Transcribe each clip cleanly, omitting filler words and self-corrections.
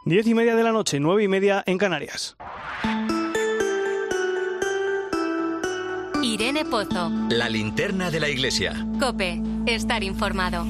10:30 de la noche, 9:30 en Canarias. Irene Pozo. La linterna de la iglesia. COPE. Estar informado.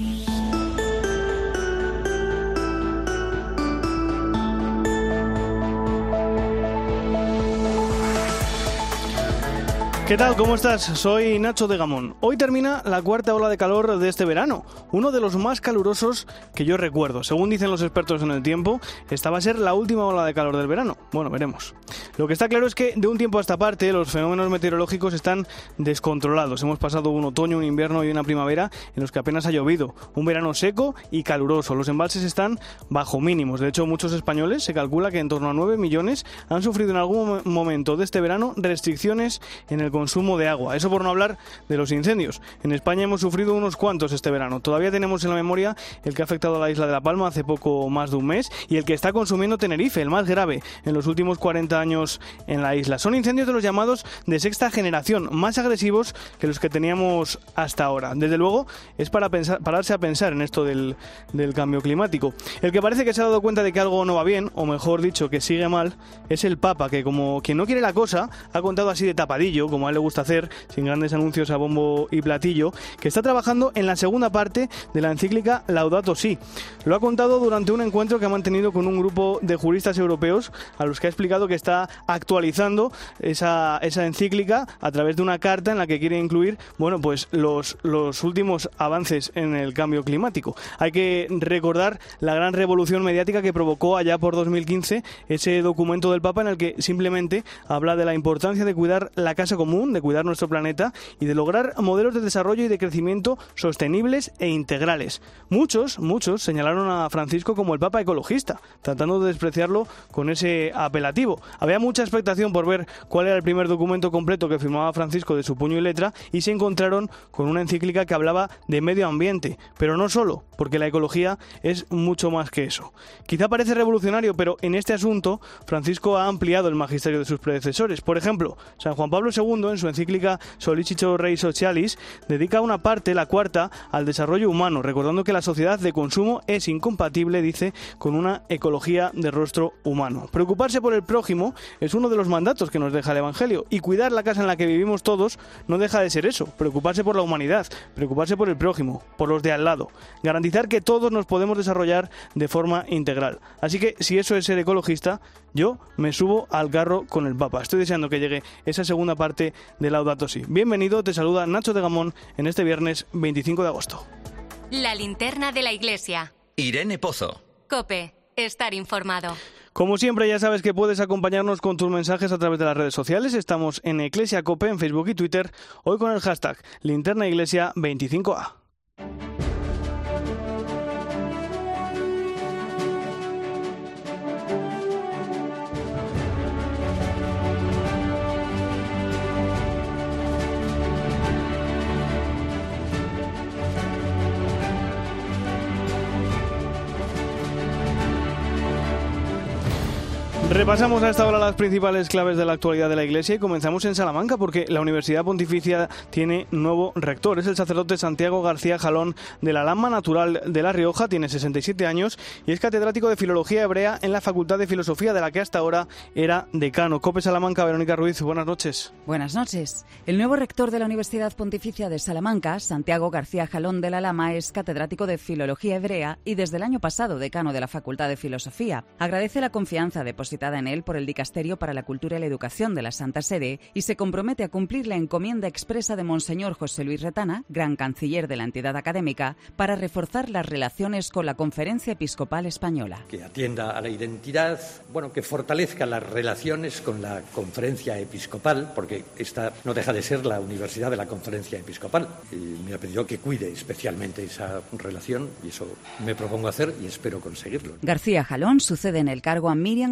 ¿Qué tal? ¿Cómo estás? Soy Nacho de Gamón. Hoy termina la cuarta ola de calor de este verano, uno de los más calurosos que yo recuerdo. Según dicen los expertos en el tiempo, esta va a ser la última ola de calor del verano. Bueno, veremos. Lo que está claro es que de un tiempo a esta parte los fenómenos meteorológicos están descontrolados. Hemos pasado un otoño, un invierno y una primavera en los que apenas ha llovido. Un verano seco y caluroso. Los embalses están bajo mínimos. De hecho, muchos españoles, se calcula que en torno a 9 millones han sufrido en algún momento de este verano restricciones en el consumo de agua. Eso por no hablar de los incendios. En España hemos sufrido unos cuantos este verano. Todavía tenemos en la memoria el que ha afectado a la isla de La Palma hace poco más de un mes y el que está consumiendo Tenerife, el más grave en los últimos 40 años en la isla. Son incendios de los llamados de sexta generación, más agresivos que los que teníamos hasta ahora. Desde luego es para pararse a pensar en esto del cambio climático. El que parece que se ha dado cuenta de que algo no va bien, o mejor dicho, que sigue mal, es el Papa, que como quien no quiere la cosa, ha contado así de tapadillo, como a él le gusta hacer, sin grandes anuncios a bombo y platillo, que está trabajando en la segunda parte de la encíclica Laudato Si. Lo ha contado durante un encuentro que ha mantenido con un grupo de juristas europeos, a los que ha explicado que está actualizando esa encíclica a través de una carta en la que quiere incluir, bueno, pues los últimos avances en el cambio climático. Hay que recordar la gran revolución mediática que provocó allá por 2015 ese documento del Papa en el que simplemente habla de la importancia de cuidar la casa común, de cuidar nuestro planeta y de lograr modelos de desarrollo y de crecimiento sostenibles e integrales. Muchos señalaron a Francisco como el Papa ecologista, tratando de despreciarlo con ese apelativo. Había mucha expectación por ver cuál era el primer documento completo que firmaba Francisco de su puño y letra y se encontraron con una encíclica que hablaba de medio ambiente, pero no solo, porque la ecología es mucho más que eso. Quizá parece revolucionario, pero en este asunto Francisco ha ampliado el magisterio de sus predecesores. Por ejemplo, San Juan Pablo II, en su encíclica Sollicito Rei Socialis, dedica una parte, la cuarta, al desarrollo humano, recordando que la sociedad de consumo es incompatible, dice, con una ecología de rostro humano. Preocuparse por el prójimo es uno de los mandatos que nos deja el Evangelio, y cuidar la casa en la que vivimos todos no deja de ser eso, preocuparse por la humanidad, preocuparse por el prójimo, por los de al lado, garantizar que todos nos podemos desarrollar de forma integral. Así que, si eso es ser ecologista, yo me subo al carro con el Papa. Estoy deseando que llegue esa segunda parte de Laudato Si. Bienvenido, te saluda Nacho de Gamón en este viernes 25 de agosto. La linterna de la iglesia. Irene Pozo. COPE. Estar informado. Como siempre, ya sabes que puedes acompañarnos con tus mensajes a través de las redes sociales. Estamos en Eclesia COPE en Facebook y Twitter, hoy con el hashtag LinternaIglesia25A. Repasamos a esta hora las principales claves de la actualidad de la Iglesia y comenzamos en Salamanca porque la Universidad Pontificia tiene nuevo rector. Es el sacerdote Santiago García Jalón de la Lama Natural de La Rioja, tiene 67 años y es catedrático de Filología Hebrea en la Facultad de Filosofía, de la que hasta ahora era decano. COPE Salamanca, Verónica Ruiz, buenas noches. Buenas noches. El nuevo rector de la Universidad Pontificia de Salamanca, Santiago García Jalón de la Lama, es catedrático de Filología Hebrea y desde el año pasado decano de la Facultad de Filosofía. Agradece la confianza depositada en él por el Dicasterio para la Cultura y la Educación de la Santa Sede y se compromete a cumplir la encomienda expresa de Monseñor José Luis Retana, gran canciller de la entidad académica, para reforzar las relaciones con la Conferencia Episcopal Española. Que atienda a la identidad, que fortalezca las relaciones con la Conferencia Episcopal, porque esta no deja de ser la universidad de la Conferencia Episcopal. Y me ha pedido que cuide especialmente esa relación y eso me propongo hacer y espero conseguirlo. García Jalón sucede en el cargo a Miriam Cortés,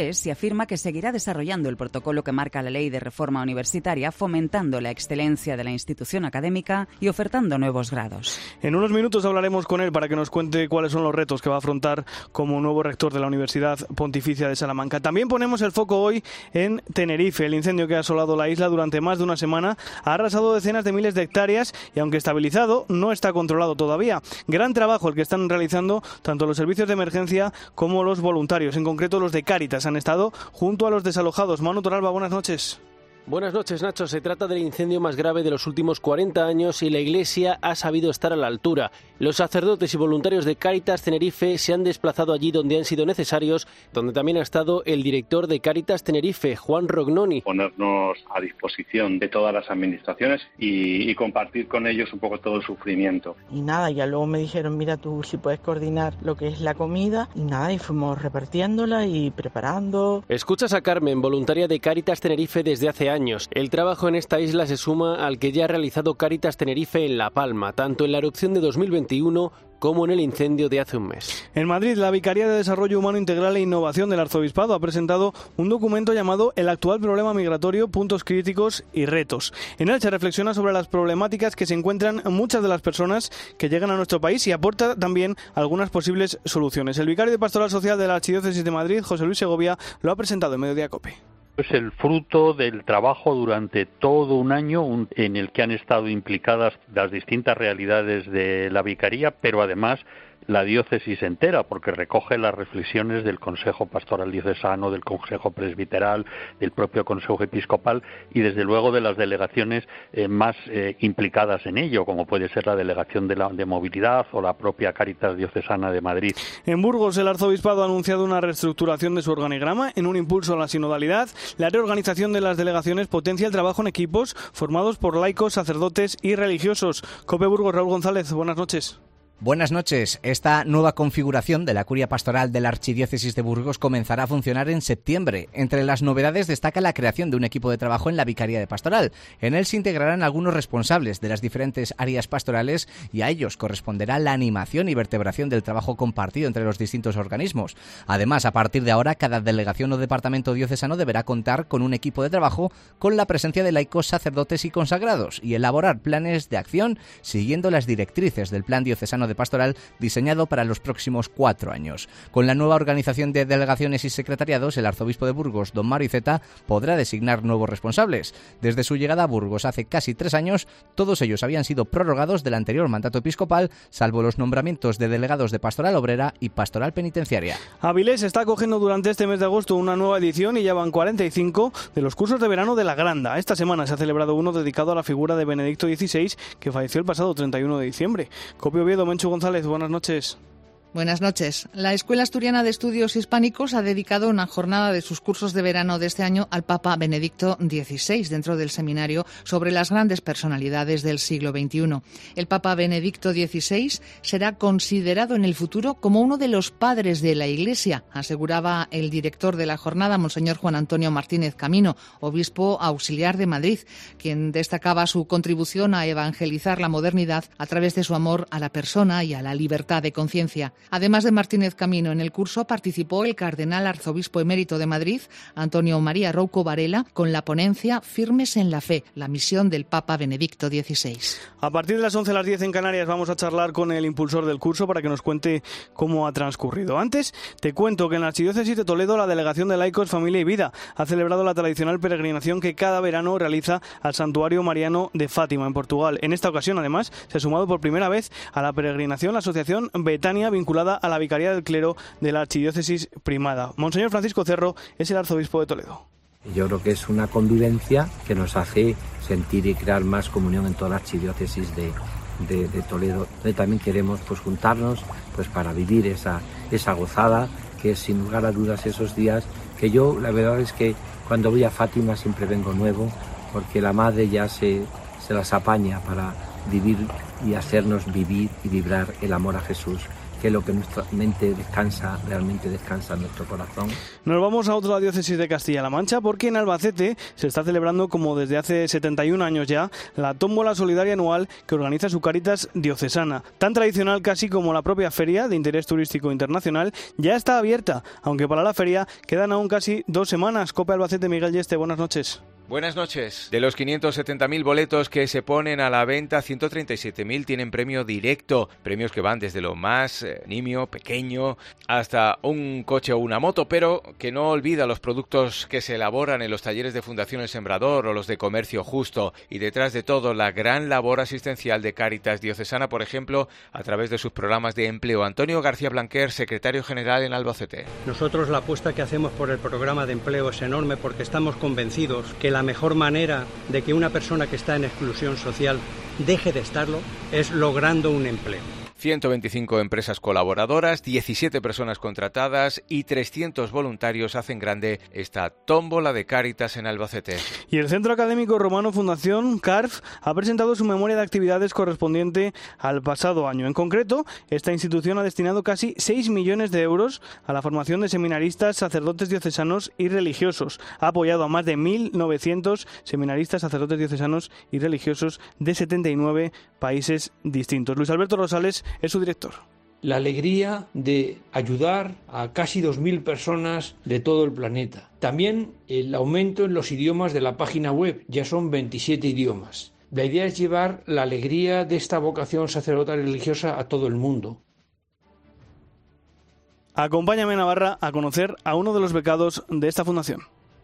Avilés y afirma que seguirá desarrollando el protocolo que marca la Ley de Reforma Universitaria, fomentando la excelencia de la institución académica y ofertando nuevos grados. En unos minutos hablaremos con él para que nos cuente cuáles son los retos que va a afrontar como nuevo rector de la Universidad Pontificia de Salamanca. También ponemos el foco hoy en Tenerife. El incendio que ha asolado la isla durante más de una semana ha arrasado decenas de miles de hectáreas y, aunque estabilizado, no está controlado todavía. Gran trabajo el que están realizando tanto los servicios de emergencia como los voluntarios. En concreto, los de Cáritas han estado junto a los desalojados. Manu Torralba, buenas noches. Buenas noches, Nacho. Se trata del incendio más grave de los últimos 40 años y la Iglesia ha sabido estar a la altura. Los sacerdotes y voluntarios de Cáritas Tenerife se han desplazado allí donde han sido necesarios, donde también ha estado el director de Cáritas Tenerife, Juan Rognoni. Ponernos a disposición de todas las administraciones y compartir con ellos un poco todo el sufrimiento. Y nada, ya luego me dijeron, mira tú si puedes coordinar lo que es la comida, y nada, y fuimos repartiéndola y preparando. Escuchas a Carmen, voluntaria de Cáritas Tenerife desde hace años. El trabajo en esta isla se suma al que ya ha realizado Cáritas Tenerife en La Palma, tanto en la erupción de 2021 como en el incendio de hace un mes. En Madrid, la Vicaría de Desarrollo Humano Integral e Innovación del Arzobispado ha presentado un documento llamado El actual problema migratorio, puntos críticos y retos. En él se reflexiona sobre las problemáticas que se encuentran muchas de las personas que llegan a nuestro país y aporta también algunas posibles soluciones. El vicario de Pastoral Social de la Archidiócesis de Madrid, José Luis Segovia, lo ha presentado en Mediodía COPE. Es el fruto del trabajo durante todo un año en el que han estado implicadas las distintas realidades de la vicaría, pero además la diócesis entera, porque recoge las reflexiones del Consejo Pastoral Diocesano, del Consejo Presbiteral, del propio Consejo Episcopal y desde luego de las delegaciones más implicadas en ello, como puede ser la Delegación de Movilidad o la propia Cáritas Diocesana de Madrid. En Burgos, el Arzobispado ha anunciado una reestructuración de su organigrama en un impulso a la sinodalidad. La reorganización de las delegaciones potencia el trabajo en equipos formados por laicos, sacerdotes y religiosos. COPE Burgos, Raúl González, buenas noches. Buenas noches. Esta nueva configuración de la Curia Pastoral de la Archidiócesis de Burgos comenzará a funcionar en septiembre. Entre las novedades destaca la creación de un equipo de trabajo en la Vicaría de Pastoral. En él se integrarán algunos responsables de las diferentes áreas pastorales y a ellos corresponderá la animación y vertebración del trabajo compartido entre los distintos organismos. Además, a partir de ahora, cada delegación o departamento diocesano deberá contar con un equipo de trabajo con la presencia de laicos, sacerdotes y consagrados y elaborar planes de acción siguiendo las directrices del Plan Diocesano de Pastoral diseñado para los próximos 4 años. Con la nueva organización de delegaciones y secretariados, el arzobispo de Burgos, don Mario Iceta, podrá designar nuevos responsables. Desde su llegada a Burgos hace casi 3 años, todos ellos habían sido prorrogados del anterior mandato episcopal, salvo los nombramientos de delegados de Pastoral Obrera y Pastoral Penitenciaria. Avilés está acogiendo durante este mes de agosto una nueva edición y ya van 45 de los cursos de verano de la Granda. Esta semana se ha celebrado uno dedicado a la figura de Benedicto XVI, que falleció el pasado 31 de diciembre. Copio Oviedo, Menchu González, buenas noches. Buenas noches. La Escuela Asturiana de Estudios Hispánicos ha dedicado una jornada de sus cursos de verano de este año al Papa Benedicto XVI dentro del seminario sobre las grandes personalidades del siglo XXI. El Papa Benedicto XVI será considerado en el futuro como uno de los padres de la Iglesia, aseguraba el director de la jornada, Monseñor Juan Antonio Martínez Camino, obispo auxiliar de Madrid, quien destacaba su contribución a evangelizar la modernidad a través de su amor a la persona y a la libertad de conciencia. Además de Martínez Camino, en el curso participó el cardenal arzobispo emérito de Madrid, Antonio María Rouco Varela, con la ponencia Firmes en la Fe, la misión del Papa Benedicto XVI. A partir de las 11 a las 10 en Canarias vamos a charlar con el impulsor del curso para que nos cuente cómo ha transcurrido. Antes, te cuento que en la Archidiócesis de Toledo la Delegación de Laicos, Familia y Vida ha celebrado la tradicional peregrinación que cada verano realiza al Santuario Mariano de Fátima, en Portugal. En esta ocasión, además, se ha sumado por primera vez a la peregrinación la Asociación Betania, vinculada a la Vicaría del Clero de la Archidiócesis Primada. Monseñor Francisco Cerro es el arzobispo de Toledo. Yo creo que es una convivencia que nos hace sentir y crear más comunión en toda la Archidiócesis de Toledo. También queremos juntarnos para vivir esa gozada que es sin lugar a dudas esos días que yo la verdad es que cuando voy a Fátima siempre vengo nuevo porque la Madre ya se las apaña para vivir y hacernos vivir y vibrar el amor a Jesús. es lo que nuestra mente descansa, realmente descansa en nuestro corazón. Nos vamos a otra diócesis de Castilla-La Mancha, porque en Albacete se está celebrando, como desde hace 71 años ya, la tómbola solidaria anual que organiza su Cáritas diocesana. Tan tradicional casi como la propia feria de interés turístico internacional, ya está abierta, aunque para la feria quedan aún casi 2 semanas. COPE Albacete, Miguel Yeste, buenas noches. Buenas noches. De los 570.000 boletos que se ponen a la venta, 137.000 tienen premio directo. Premios que van desde lo más nimio, pequeño, hasta un coche o una moto, pero que no olvida los productos que se elaboran en los talleres de Fundación El Sembrador o los de Comercio Justo. Y detrás de todo, la gran labor asistencial de Cáritas Diocesana, por ejemplo, a través de sus programas de empleo. Antonio García Blanquer, secretario general en Albacete. Nosotros la apuesta que hacemos por el programa de empleo es enorme, porque estamos convencidos que la mejor manera de que una persona que está en exclusión social deje de estarlo es logrando un empleo. 125 empresas colaboradoras, 17 personas contratadas y 300 voluntarios hacen grande esta tómbola de Cáritas en Albacete. Y el Centro Académico Romano Fundación CARF ha presentado su memoria de actividades correspondiente al pasado año. En concreto, esta institución ha destinado casi 6 millones de euros a la formación de seminaristas, sacerdotes diocesanos y religiosos. Ha apoyado a más de 1.900 seminaristas, sacerdotes diocesanos y religiosos de 79 países distintos. Luis Alberto Rosales es su director. La alegría de ayudar a casi 2.000 personas de todo el planeta. También el aumento en los idiomas de la página web, ya son 27 idiomas. La idea es llevar la alegría de esta vocación sacerdotal y religiosa a todo el mundo. Acompáñame, Navarra, a conocer a uno de los becados de esta fundación.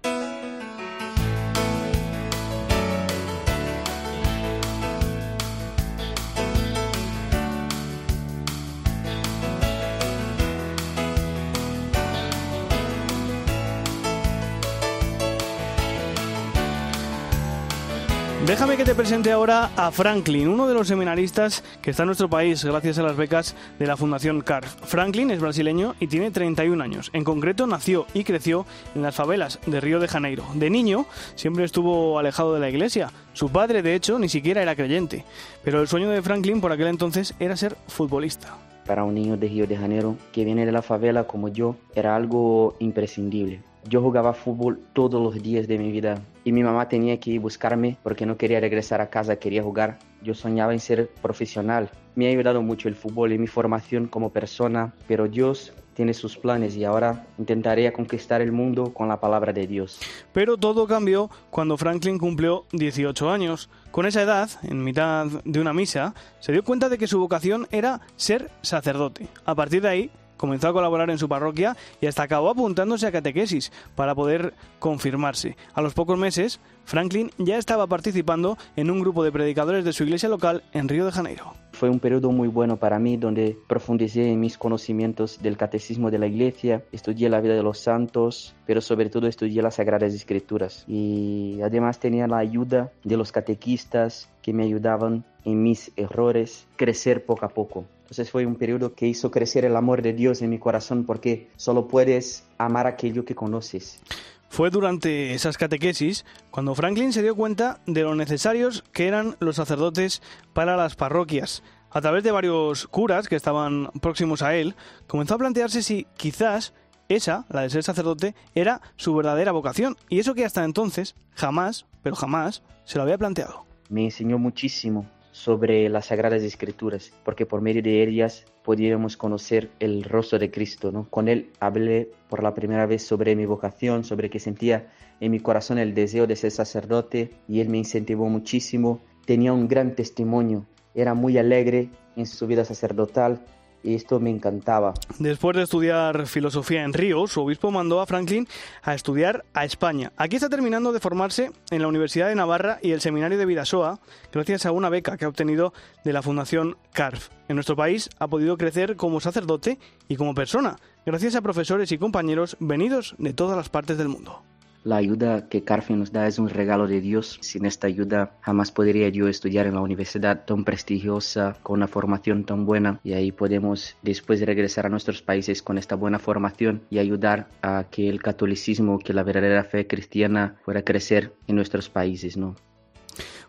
Déjame que te presente ahora a Franklin, uno de los seminaristas que está en nuestro país gracias a las becas de la Fundación CARF. Franklin es brasileño y tiene 31 años. En concreto, nació y creció en las favelas de Río de Janeiro. De niño, siempre estuvo alejado de la iglesia. Su padre, de hecho, ni siquiera era creyente. Pero el sueño de Franklin por aquel entonces era ser futbolista. Para un niño de Río de Janeiro que viene de la favela como yo, era algo imprescindible. Yo jugaba fútbol todos los días de mi vida y mi mamá tenía que ir a buscarme porque no quería regresar a casa, quería jugar. Yo soñaba en ser profesional. Me ha ayudado mucho el fútbol en mi formación como persona, pero Dios tiene sus planes y ahora intentaré conquistar el mundo con la palabra de Dios. Pero todo cambió cuando Franklin cumplió 18 años. Con esa edad, en mitad de una misa, se dio cuenta de que su vocación era ser sacerdote. A partir de ahí, comenzó a colaborar en su parroquia y hasta acabó apuntándose a catequesis para poder confirmarse. A los pocos meses, Franklin ya estaba participando en un grupo de predicadores de su iglesia local en Río de Janeiro. Fue un periodo muy bueno para mí donde profundicé en mis conocimientos del catecismo de la iglesia, estudié la vida de los santos, pero sobre todo estudié las Sagradas Escrituras. Y además tenía la ayuda de los catequistas que me ayudaban en mis errores, crecer poco a poco. Entonces fue un periodo que hizo crecer el amor de Dios en mi corazón porque solo puedes amar aquello que conoces. Fue durante esas catequesis cuando Franklin se dio cuenta de lo necesarios que eran los sacerdotes para las parroquias. A través de varios curas que estaban próximos a él, comenzó a plantearse si quizás esa, la de ser sacerdote, era su verdadera vocación. Y eso que hasta entonces jamás, pero jamás, se lo había planteado. Me enseñó muchísimo sobre las Sagradas Escrituras, porque por medio de ellas podíamos conocer el rostro de Cristo, ¿no? Con él hablé por la primera vez sobre mi vocación, sobre que sentía en mi corazón el deseo de ser sacerdote y él me incentivó muchísimo. Tenía un gran testimonio, era muy alegre en su vida sacerdotal y esto me encantaba. Después de estudiar filosofía en Río, su obispo mandó a Franklin a estudiar a España. Aquí está terminando de formarse en la Universidad de Navarra y el Seminario de Bidasoa, gracias a una beca que ha obtenido de la Fundación CARF. En nuestro país ha podido crecer como sacerdote y como persona, gracias a profesores y compañeros venidos de todas las partes del mundo. La ayuda que CARF nos da es un regalo de Dios. Sin esta ayuda jamás podría yo estudiar en la universidad tan prestigiosa, con una formación tan buena. Y ahí podemos después regresar a nuestros países con esta buena formación y ayudar a que el catolicismo, que la verdadera fe cristiana pueda crecer en nuestros países, ¿no?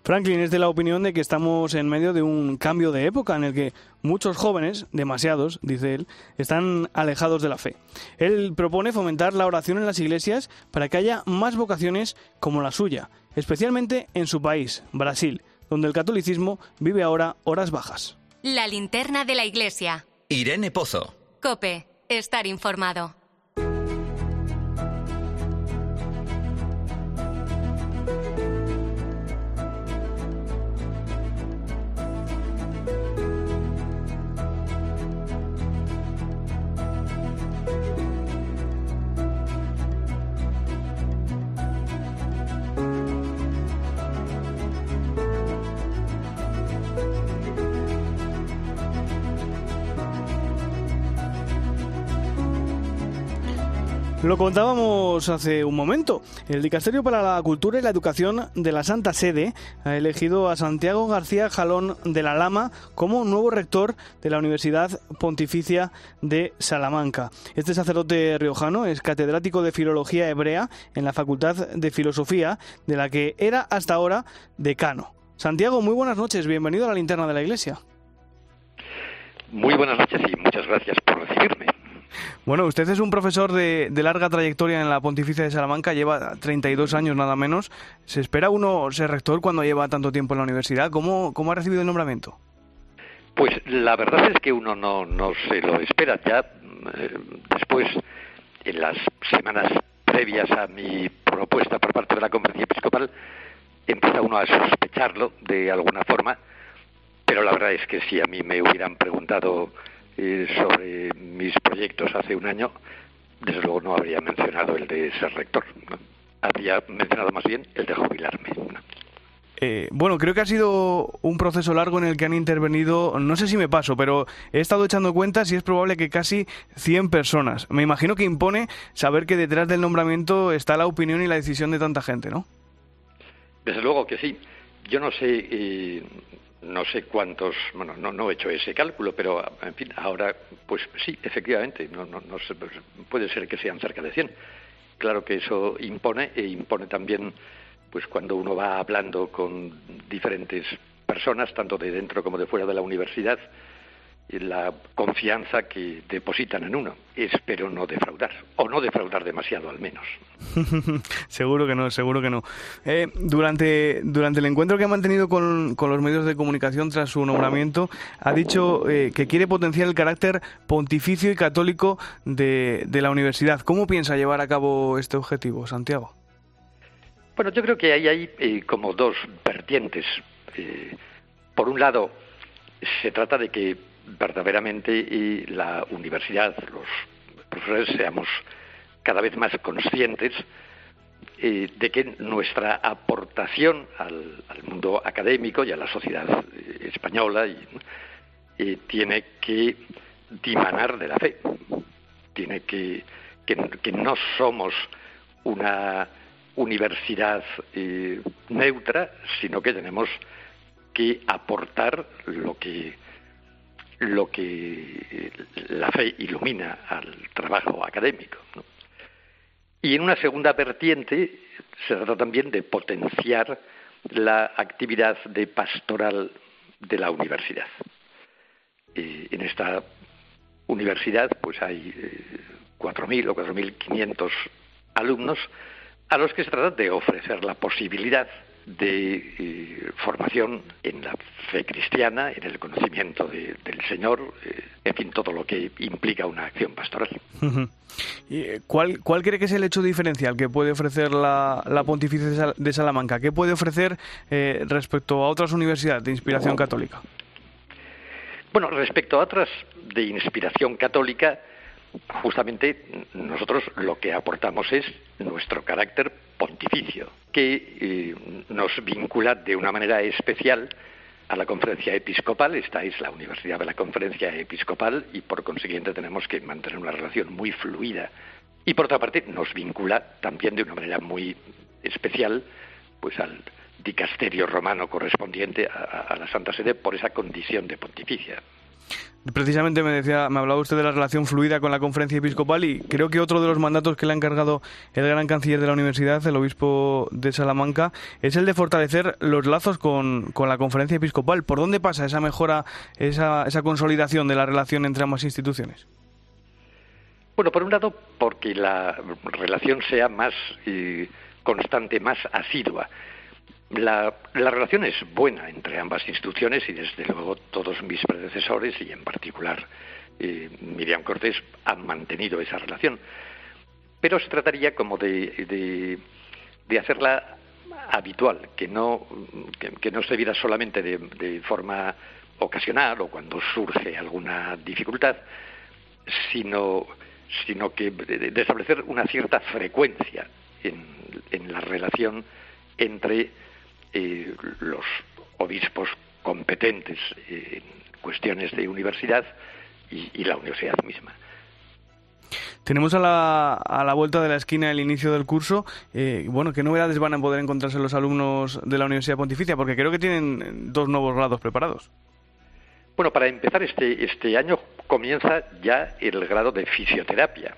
Franklin es de la opinión de que estamos en medio de un cambio de época en el que muchos jóvenes, demasiados, dice él, están alejados de la fe. Él propone fomentar la oración en las iglesias para que haya más vocaciones como la suya, especialmente en su país, Brasil, donde el catolicismo vive ahora horas bajas. La linterna de la iglesia. Irene Pozo. COPE. Estar informado. Lo contábamos hace un momento. El Dicasterio para la Cultura y la Educación de la Santa Sede ha elegido a Santiago García Jalón de la Lama como nuevo rector de la Universidad Pontificia de Salamanca. Este sacerdote riojano es catedrático de Filología Hebrea en la Facultad de Filosofía, de la que era hasta ahora decano. Santiago, muy buenas noches. Bienvenido a la Linterna de la Iglesia. Muy buenas noches y muchas gracias por recibirme. Bueno, usted es un profesor de larga trayectoria en la Pontificia de Salamanca, lleva 32 años nada menos. ¿Se espera uno ser rector cuando lleva tanto tiempo en la universidad? ¿Cómo ha recibido el nombramiento? Pues la verdad es que uno no se lo espera. Ya después, en las semanas previas a mi propuesta por parte de la Conferencia Episcopal, empieza uno a sospecharlo de alguna forma, pero la verdad es que si a mí me hubieran preguntado sobre mis proyectos hace un año, desde luego no habría mencionado el de ser rector, ¿no? Habría mencionado más bien el de jubilarme, ¿no? Bueno, creo que ha sido un proceso largo en el que han intervenido, no sé si me paso, pero he estado echando cuentas y es probable que casi 100 personas. Me imagino que impone saber que detrás del nombramiento está la opinión y la decisión de tanta gente, ¿no? Desde luego que sí. Yo no sé cuántos, bueno, no he hecho ese cálculo, pero en fin, ahora pues sí, efectivamente, no sé, puede ser que sean cerca de 100. Claro que eso impone también, pues cuando uno va hablando con diferentes personas, tanto de dentro como de fuera de la universidad, la confianza que depositan en uno. Espero no defraudar, o no defraudar demasiado al menos. Seguro que no. Durante el encuentro que ha mantenido con los medios de comunicación tras su nombramiento, ha dicho que quiere potenciar el carácter pontificio y católico de la universidad. ¿Cómo piensa llevar a cabo este objetivo, Santiago? Bueno, yo creo que hay como dos vertientes. Por un lado, se trata de que verdaderamente la universidad, los profesores, seamos cada vez más conscientes de que nuestra aportación al mundo académico y a la sociedad española tiene que dimanar de la fe. Tiene que no somos una universidad neutra, sino que tenemos que aportar lo que la fe ilumina al trabajo académico, ¿no? Y en una segunda vertiente se trata también de potenciar la actividad de pastoral de la universidad. En esta universidad pues hay 4.000 o 4.500 alumnos a los que se trata de ofrecer la posibilidad de formación en la fe cristiana, en el conocimiento del Señor, en fin, todo lo que implica una acción pastoral. ¿Y cuál cree que es el hecho diferencial que puede ofrecer la Pontificia de Salamanca? ¿Qué puede ofrecer respecto a otras universidades de inspiración católica? Bueno, respecto a otras de inspiración católica, justamente nosotros lo que aportamos es nuestro carácter pontificio, que nos vincula de una manera especial a la Conferencia Episcopal. Esta es la Universidad de la Conferencia Episcopal y por consiguiente tenemos que mantener una relación muy fluida. Y por otra parte nos vincula también de una manera muy especial pues al dicasterio romano correspondiente a la Santa Sede por esa condición de pontificia. Precisamente me hablaba usted de la relación fluida con la Conferencia Episcopal, y creo que otro de los mandatos que le ha encargado el gran canciller de la universidad, el obispo de Salamanca, es el de fortalecer los lazos con la Conferencia Episcopal. ¿Por dónde pasa esa mejora, esa consolidación de la relación entre ambas instituciones? Bueno, por un lado, porque la relación sea más constante, más asidua. La relación es buena entre ambas instituciones y, desde luego, todos mis predecesores y, en particular, Miriam Cortés, han mantenido esa relación. Pero se trataría como de hacerla habitual, que no se viera solamente de forma ocasional o cuando surge alguna dificultad, sino que de establecer una cierta frecuencia en la relación entre los obispos competentes en cuestiones de universidad y la universidad misma. Tenemos a la vuelta de la esquina el inicio del curso. Bueno, ¿qué novedades van a poder encontrarse los alumnos de la Universidad Pontificia? Porque creo que tienen 2 nuevos grados preparados. Bueno, para empezar, este año comienza ya el grado de fisioterapia,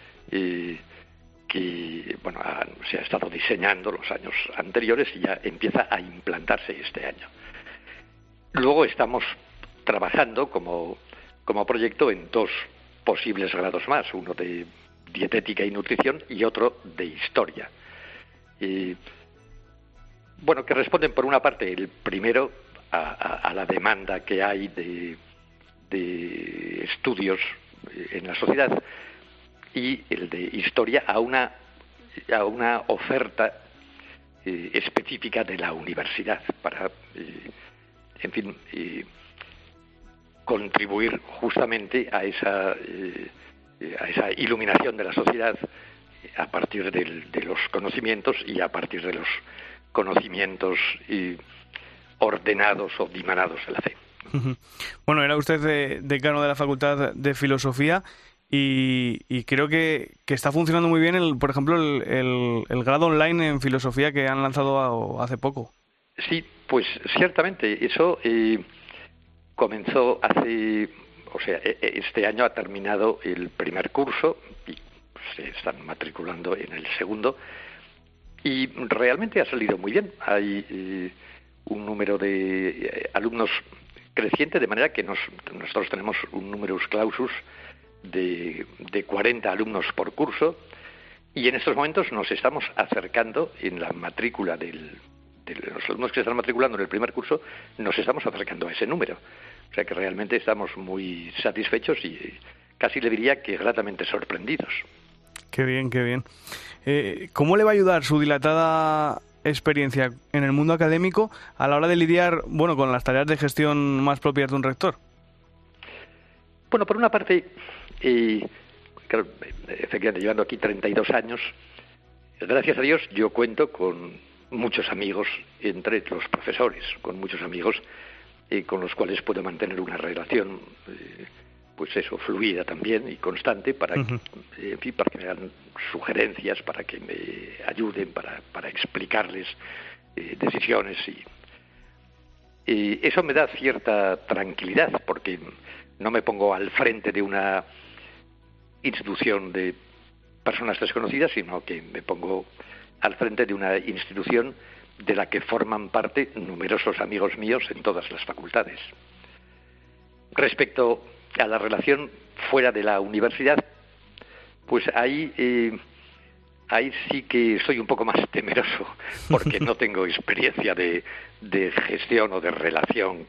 que bueno, se ha estado diseñando los años anteriores y ya empieza a implantarse este año. Luego estamos trabajando como proyecto en 2 posibles grados más, uno de dietética y nutrición y otro de historia. Bueno, que responden por una parte, el primero, a la demanda que hay de estudios en la sociedad, y el de historia a una oferta específica de la universidad para, en fin, contribuir justamente a esa iluminación de la sociedad a partir de los conocimientos y a partir de los conocimientos ordenados o dimanados de la fe. Bueno, era usted decano de la Facultad de Filosofía y creo que está funcionando muy bien, por ejemplo, el grado online en Filosofía que han lanzado hace poco. Sí, pues ciertamente, eso comenzó este año ha terminado el primer curso y se están matriculando en el segundo, y realmente ha salido muy bien. Hay un número de alumnos creciente, de manera que nosotros tenemos un numerus clausus de 40 alumnos por curso, y en estos momentos nos estamos acercando en la matrícula de los alumnos que se están matriculando en el primer curso, nos estamos acercando a ese número. O sea que realmente estamos muy satisfechos y casi le diría que gratamente sorprendidos. Qué bien, qué bien. ¿Cómo le va a ayudar su dilatada experiencia en el mundo académico a la hora de lidiar, bueno, con las tareas de gestión más propias de un rector? Bueno, por una parte, claro, efectivamente, llevando aquí 32 años, gracias a Dios yo cuento con muchos amigos entre los profesores, con muchos amigos con los cuales puedo mantener una relación, pues eso, fluida también y constante, para que me hagan sugerencias, para que me ayuden, para explicarles decisiones, y eso me da cierta tranquilidad, porque no me pongo al frente de una institución de personas desconocidas, sino que me pongo al frente de una institución de la que forman parte numerosos amigos míos en todas las facultades. Respecto a la relación fuera de la universidad, pues ahí sí que soy un poco más temeroso, porque no tengo experiencia de gestión o de relación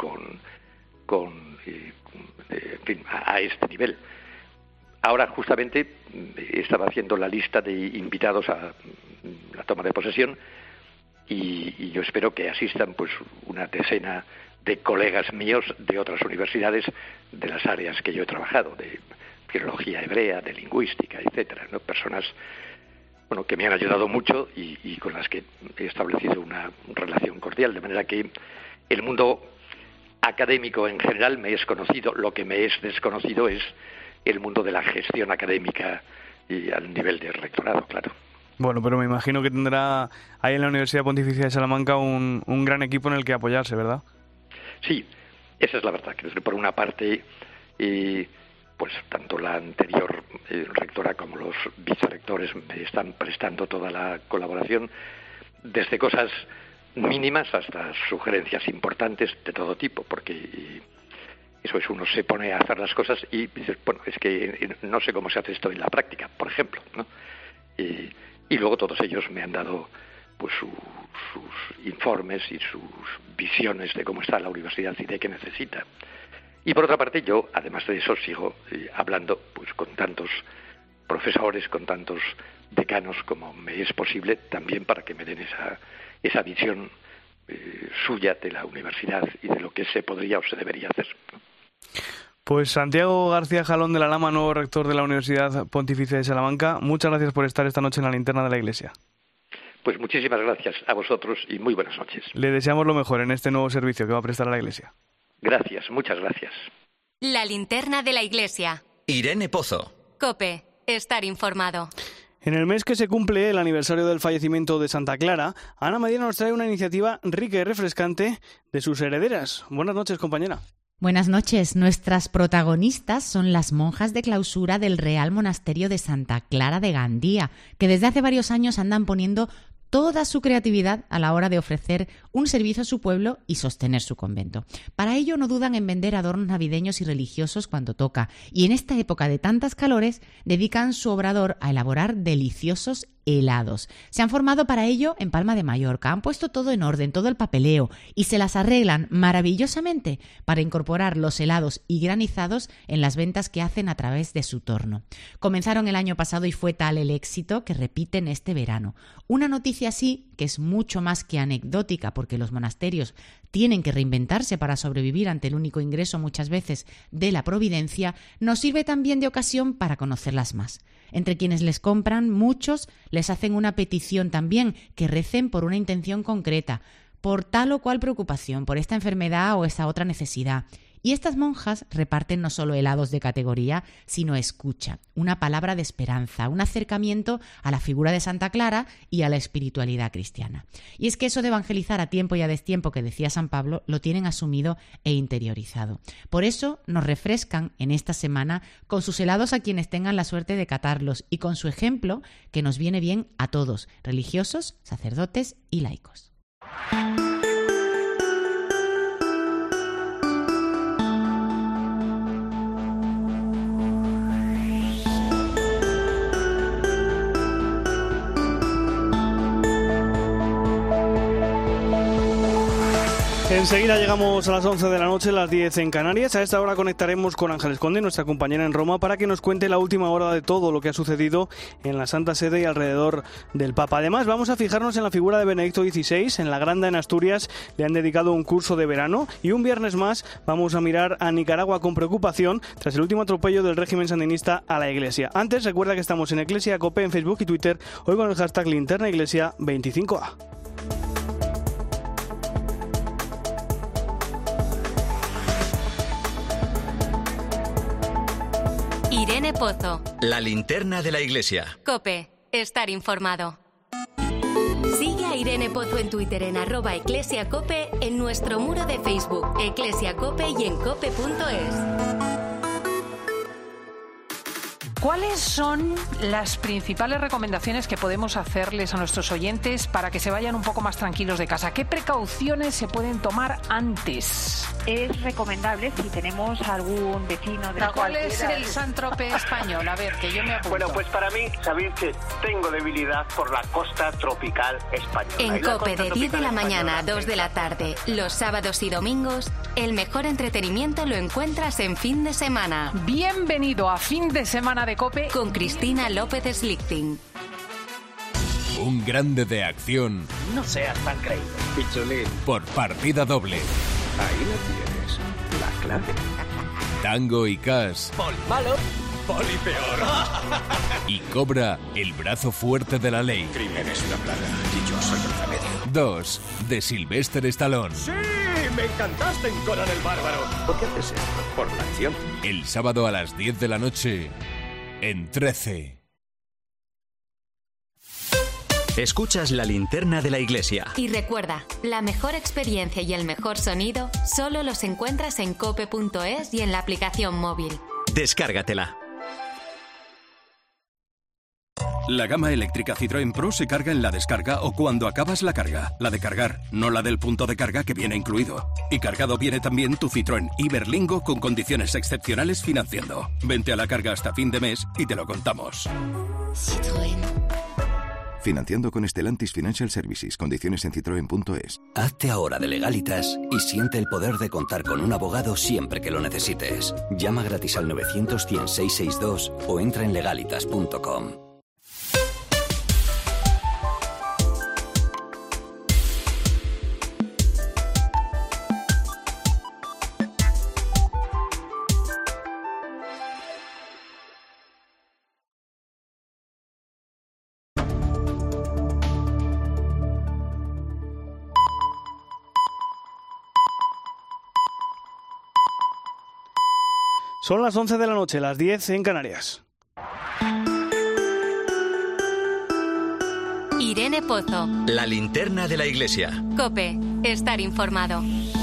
en fin, a este nivel. Ahora justamente estaba haciendo la lista de invitados a la toma de posesión, y yo espero que asistan pues una decena de colegas míos de otras universidades de las áreas que yo he trabajado, de filología hebrea, de lingüística, etcétera, ¿no? Personas, bueno, que me han ayudado mucho y con las que he establecido una relación cordial, de manera que el mundo académico en general me es conocido. Lo que me es desconocido es el mundo de la gestión académica y al nivel de rectorado, claro. Bueno, pero me imagino que tendrá ahí en la Universidad Pontificia de Salamanca un gran equipo en el que apoyarse, ¿verdad? Sí, esa es la verdad, que por una parte pues tanto la anterior rectora como los vicerrectores me están prestando toda la colaboración, desde cosas mínimas hasta sugerencias importantes de todo tipo, porque eso es, uno se pone a hacer las cosas y dices, bueno, es que no sé cómo se hace esto en la práctica, por ejemplo, ¿no? Y luego todos ellos me han dado pues sus informes y sus visiones de cómo está la universidad y de qué necesita. Y por otra parte, yo, además de eso, sigo hablando pues con tantos profesores, con tantos decanos como me es posible, también para que me den esa visión suya de la universidad y de lo que se podría o se debería hacer, ¿no? Pues Santiago García Jalón de la Lama, nuevo rector de la Universidad Pontificia de Salamanca, muchas gracias por estar esta noche en la Linterna de la Iglesia. Pues muchísimas gracias a vosotros y muy buenas noches. Le deseamos lo mejor en este nuevo servicio que va a prestar a la Iglesia. Gracias, muchas gracias. La Linterna de la Iglesia. Irene Pozo. COPE. Estar informado. En el mes que se cumple el aniversario del fallecimiento de Santa Clara, Ana Medina nos trae una iniciativa rica y refrescante de sus herederas. Buenas noches, compañera. Buenas noches. Nuestras protagonistas son las monjas de clausura del Real Monasterio de Santa Clara de Gandía, que desde hace varios años andan poniendo toda su creatividad a la hora de ofrecer un servicio a su pueblo y sostener su convento. Para ello no dudan en vender adornos navideños y religiosos cuando toca, y en esta época de tantas calores dedican su obrador a elaborar deliciosos helados. Se han formado para ello en Palma de Mallorca, han puesto todo en orden, todo el papeleo, y se las arreglan maravillosamente para incorporar los helados y granizados en las ventas que hacen a través de su torno. Comenzaron el año pasado y fue tal el éxito que repiten este verano. Una noticia así, que es mucho más que anecdótica, porque los monasterios tienen que reinventarse para sobrevivir ante el único ingreso muchas veces de la providencia, nos sirve también de ocasión para conocerlas más. Entre quienes les compran, muchos les hacen una petición también, que recen por una intención concreta, por tal o cual preocupación, por esta enfermedad o esta otra necesidad. Y estas monjas reparten no solo helados de categoría, sino escucha, una palabra de esperanza, un acercamiento a la figura de Santa Clara y a la espiritualidad cristiana. Y es que eso de evangelizar a tiempo y a destiempo que decía San Pablo, lo tienen asumido e interiorizado. Por eso nos refrescan en esta semana con sus helados a quienes tengan la suerte de catarlos y con su ejemplo que nos viene bien a todos, religiosos, sacerdotes y laicos. Enseguida llegamos a las 11 de la noche, las 10 en Canarias. A esta hora conectaremos con Ángeles Conde, nuestra compañera en Roma, para que nos cuente la última hora de todo lo que ha sucedido en la Santa Sede y alrededor del Papa. Además, vamos a fijarnos en la figura de Benedicto XVI. En la Granda, en Asturias, le han dedicado un curso de verano. Y un viernes más vamos a mirar a Nicaragua con preocupación tras el último atropello del régimen sandinista a la Iglesia. Antes, recuerda que estamos en Iglesia COPE en Facebook y Twitter, hoy con el hashtag Linterna Iglesia 25A. Irene Pozo. La Linterna de la Iglesia. COPE. Estar informado. Sigue a Irene Pozo en Twitter en @eclesiacope, en nuestro muro de Facebook, Eclesia COPE y en cope.es. ¿Cuáles son las principales recomendaciones que podemos hacerles a nuestros oyentes para que se vayan un poco más tranquilos de casa? ¿Qué precauciones se pueden tomar antes? Es recomendable si tenemos algún vecino de ¿Cuál es el Saint-Tropez español? A ver, que yo me apunto. Bueno, pues para mí, sabéis que tengo debilidad por la costa tropical española. En COPE de 10 de la mañana a 2 de la tarde, los sábados y domingos, el mejor entretenimiento lo encuentras en Fin de Semana. Bienvenido a Fin de Semana de COPE con Cristina López Slichting. Un grande de acción. No seas tan creído, pichulín. Por partida doble. Ahí lo tienes, la clave. Tango y Cash. Poli malo, poli peor. Y Cobra, el brazo fuerte de la ley. Crimen es una plaga y yo soy el remedio. 2, de Sylvester Stallone. ¡Sí! ¡Me encantaste en Conan el Bárbaro! ¿Por qué haces esto? Por la acción. El sábado a las 10 de la noche, en 13. Escuchas la linterna de la iglesia. Y recuerda, la mejor experiencia y el mejor sonido solo los encuentras en cope.es y en la aplicación móvil. Descárgatela. La gama eléctrica Citroën Pro se carga en la descarga o cuando acabas la carga. La de cargar, no la del punto de carga que viene incluido. Y cargado viene también tu Citroën Iberlingo con condiciones excepcionales financiando. Vente a la carga hasta fin de mes y te lo contamos. Citroën. Financiando con Stellantis Financial Services. Condiciones en citroen.es. Hazte ahora de Legalitas y siente el poder de contar con un abogado siempre que lo necesites. Llama gratis al 900-100-662 o entra en legalitas.com. Son las 11 de la noche, las 10 en Canarias. Irene Pozo. La linterna de la iglesia. COPE. Estar informado.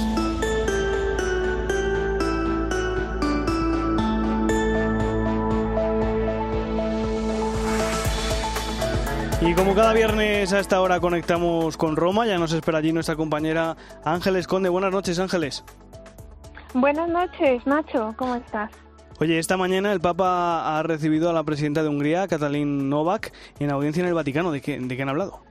Y como cada viernes a esta hora conectamos con Roma, ya nos espera allí nuestra compañera Ángeles Conde. Buenas noches, Ángeles. Buenas noches, Nacho, ¿cómo estás? Oye, esta mañana el Papa ha recibido a la presidenta de Hungría, Katalin Novák, en audiencia en el Vaticano. ¿De qué han hablado?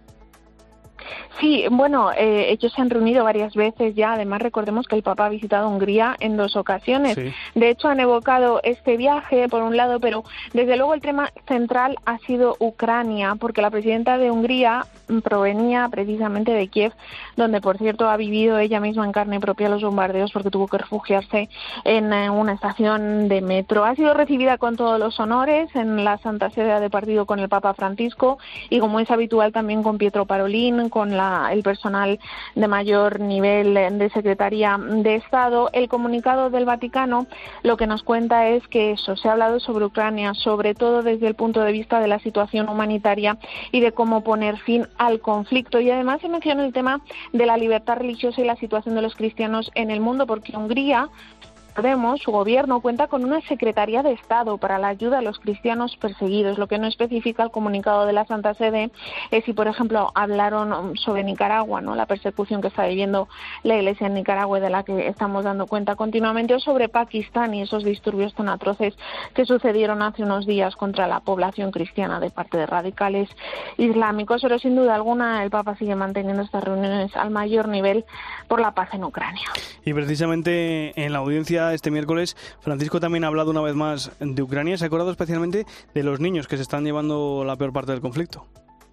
Sí, bueno, ellos se han reunido varias veces ya. Además, recordemos que el Papa ha visitado Hungría en 2 ocasiones. Sí. De hecho, han evocado este viaje, por un lado, pero desde luego el tema central ha sido Ucrania, porque la presidenta de Hungría provenía precisamente de Kiev, donde, por cierto, ha vivido ella misma en carne propia los bombardeos porque tuvo que refugiarse en una estación de metro. Ha sido recibida con todos los honores en la Santa Sede, ha departido con el Papa Francisco y, como es habitual, también con Pietro Parolin, con el personal de mayor nivel de Secretaría de Estado. El comunicado del Vaticano lo que nos cuenta es que eso, se ha hablado sobre Ucrania, sobre todo desde el punto de vista de la situación humanitaria y de cómo poner fin al conflicto. Y además se menciona el tema de la libertad religiosa y la situación de los cristianos en el mundo, porque Hungría, recordemos, su gobierno cuenta con una Secretaría de Estado para la ayuda a los cristianos perseguidos. Lo que no especifica el comunicado de la Santa Sede es si, por ejemplo, hablaron sobre Nicaragua, ¿no?, la persecución que está viviendo la Iglesia en Nicaragua y de la que estamos dando cuenta continuamente, o sobre Pakistán y esos disturbios tan atroces que sucedieron hace unos días contra la población cristiana de parte de radicales islámicos. Pero sin duda alguna el Papa sigue manteniendo estas reuniones al mayor nivel por la paz en Ucrania. Y precisamente en la audiencia este miércoles, Francisco también ha hablado una vez más de Ucrania. Se ha acordado especialmente de los niños que se están llevando la peor parte del conflicto.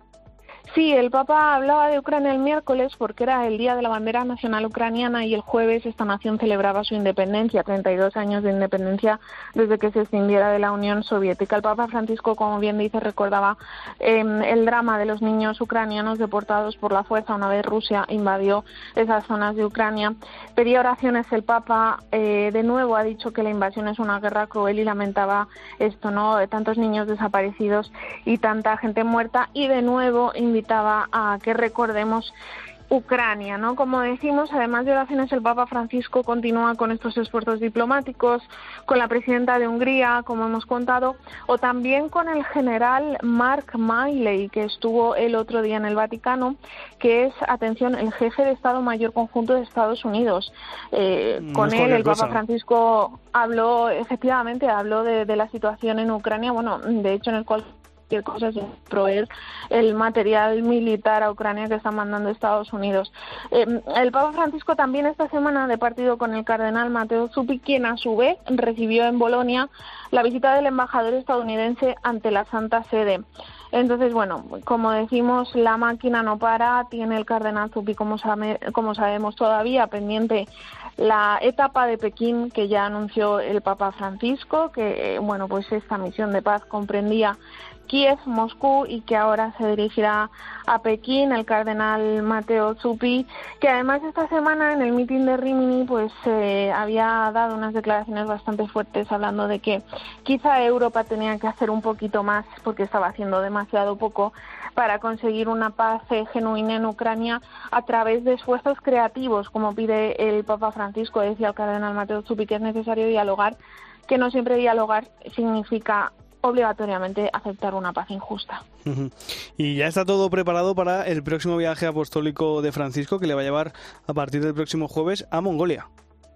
Sí, el Papa hablaba de Ucrania el miércoles porque era el Día de la Bandera Nacional Ucraniana y el jueves esta nación celebraba su independencia, 32 años de independencia desde que se escindiera de la Unión Soviética. El Papa Francisco, como bien dice, recordaba el drama de los niños ucranianos deportados por la fuerza una vez Rusia invadió esas zonas de Ucrania. Pedía oraciones el Papa, de nuevo ha dicho que la invasión es una guerra cruel y lamentaba esto, ¿no?, tantos niños desaparecidos y tanta gente muerta, y de nuevo invitaba a que recordemos Ucrania, ¿no? Como decimos, además de oraciones, el Papa Francisco continúa con estos esfuerzos diplomáticos, con la presidenta de Hungría, como hemos contado, o también con el general Mark Milley, que estuvo el otro día en el Vaticano, que es, atención, el jefe de Estado Mayor Conjunto de Estados Unidos. Con él, el Papa Francisco habló de la situación en Ucrania, bueno, de hecho, en el cual cosas de proveer el material militar a Ucrania que está mandando Estados Unidos. El Papa Francisco también esta semana ha departido con el cardenal Matteo Zuppi, quien a su vez recibió en Bolonia la visita del embajador estadounidense ante la Santa Sede. Entonces, bueno, como decimos, la máquina no para. Tiene el cardenal Zuppi, como sabemos, todavía pendiente la etapa de Pekín que ya anunció el Papa Francisco, que, bueno, pues esta misión de paz comprendía Kiev, Moscú, y que ahora se dirigirá a Pekín, el cardenal Matteo Zuppi, que además esta semana en el mitin de Rimini pues había dado unas declaraciones bastante fuertes hablando de que quizá Europa tenía que hacer un poquito más porque estaba haciendo demasiado poco para conseguir una paz genuina en Ucrania a través de esfuerzos creativos, como pide el Papa Francisco. Decía el cardenal Matteo Zuppi que es necesario dialogar, que no siempre dialogar significa obligatoriamente aceptar una paz injusta. Y ya está todo preparado para el próximo viaje apostólico de Francisco, que le va a llevar a partir del próximo jueves a Mongolia.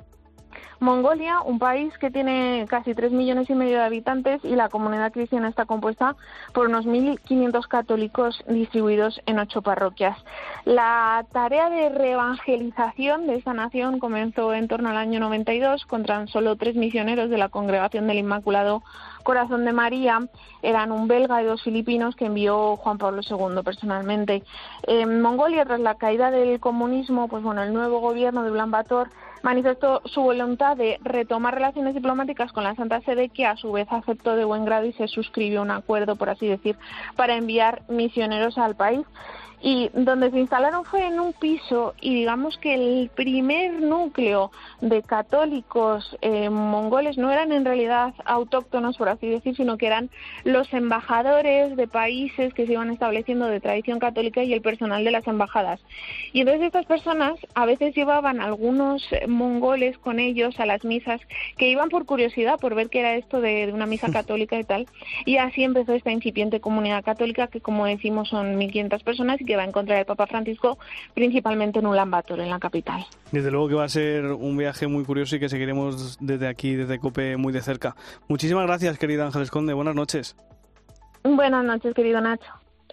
Mongolia, un país que tiene casi 3,5 millones de habitantes y la comunidad cristiana está compuesta por unos 1.500 católicos distribuidos en 8 parroquias. La tarea de reevangelización de esta nación comenzó en torno al año 92 con tan solo 3 misioneros de la Congregación del Inmaculado Corazón de María. Eran un belga y 2 filipinos que envió Juan Pablo II personalmente. En Mongolia, tras la caída del comunismo, el nuevo gobierno de Ulan Bator manifestó su voluntad de retomar relaciones diplomáticas con la Santa Sede, que a su vez aceptó de buen grado y se suscribió un acuerdo, por así decir, para enviar misioneros al país. Y donde se instalaron fue en un piso, y digamos que el primer núcleo de católicos mongoles no eran en realidad autóctonos, por así decir, sino que eran los embajadores de países que se iban estableciendo de tradición católica y el personal de las embajadas. Y entonces estas personas a veces llevaban algunos mongoles con ellos a las misas, que iban por curiosidad, por ver qué era esto de una misa católica y tal, y así empezó esta incipiente comunidad católica que, como decimos, son 1.500 personas y que va a encontrar el Papa Francisco principalmente en Ulan Bator, en la capital. Desde luego que va a ser un viaje muy curioso y que seguiremos desde aquí, desde COPE, muy de cerca. Muchísimas gracias, querida Ángeles Conde. Buenas noches. Buenas noches, querido Nacho.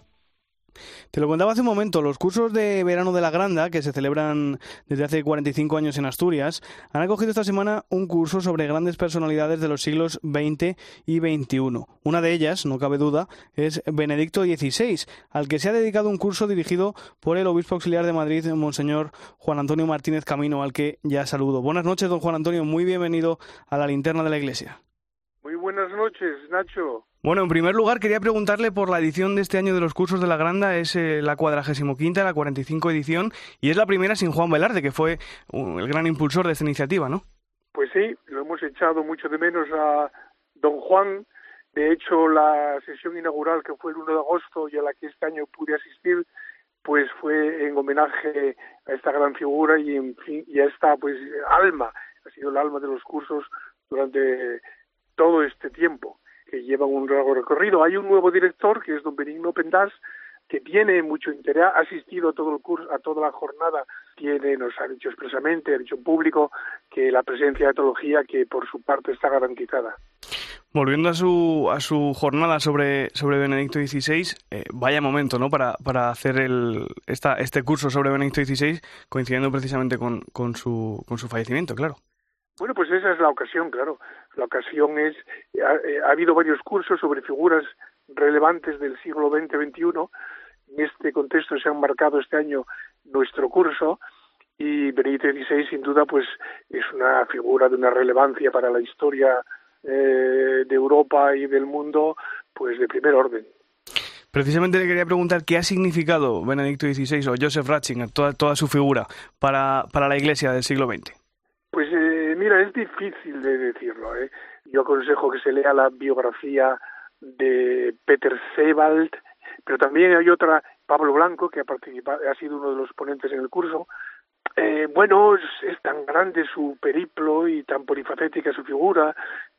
Te lo contaba hace un momento, los cursos de verano de la Granda, que se celebran desde hace 45 años en Asturias, han acogido esta semana un curso sobre grandes personalidades de los siglos XX y XXI. Una de ellas, no cabe duda, es Benedicto XVI, al que se ha dedicado un curso dirigido por el obispo auxiliar de Madrid, Monseñor Juan Antonio Martínez Camino, al que ya saludo. Buenas noches, don Juan Antonio, muy bienvenido a la Linterna de la Iglesia. Muy buenas noches, Nacho. Bueno, en primer lugar quería preguntarle por la edición de este año de los cursos de la Granda. Es la 45ª, la 45 edición, y es la primera sin Juan Velarde, que fue el gran impulsor de esta iniciativa, ¿no? Pues sí, lo hemos echado mucho de menos a don Juan. De hecho, la sesión inaugural, que fue el 1 de agosto y a la que este año pude asistir, pues fue en homenaje a esta gran figura y, en fin, y a esta alma, ha sido el alma de los cursos durante todo este tiempo, que llevan un largo recorrido. Hay un nuevo director, que es don Benigno Pendas, que tiene mucho interés, ha asistido a todo el curso, a toda la jornada, nos ha dicho expresamente, ha dicho en público, que la presencia de teología, que por su parte está garantizada. Volviendo a su jornada sobre Benedicto XVI, vaya momento, ¿no?, para hacer este curso sobre Benedicto XVI, coincidiendo precisamente con su fallecimiento, claro. Bueno, pues esa es la ocasión, claro. La ocasión es, ha habido varios cursos sobre figuras relevantes del siglo XX-XXI. En este contexto se ha marcado este año nuestro curso, y Benedicto XVI, sin duda, pues es una figura de una relevancia para la historia de Europa y del mundo, pues de primer orden. Precisamente le quería preguntar qué ha significado Benedicto XVI o Joseph Ratzinger, toda su figura, para la Iglesia del siglo XX. Pues mira, es difícil de decirlo, ¿eh? Yo aconsejo que se lea la biografía de Peter Sebald, pero también hay otra, Pablo Blanco, que ha sido uno de los ponentes en el curso. Bueno, es tan grande su periplo y tan polifacética su figura,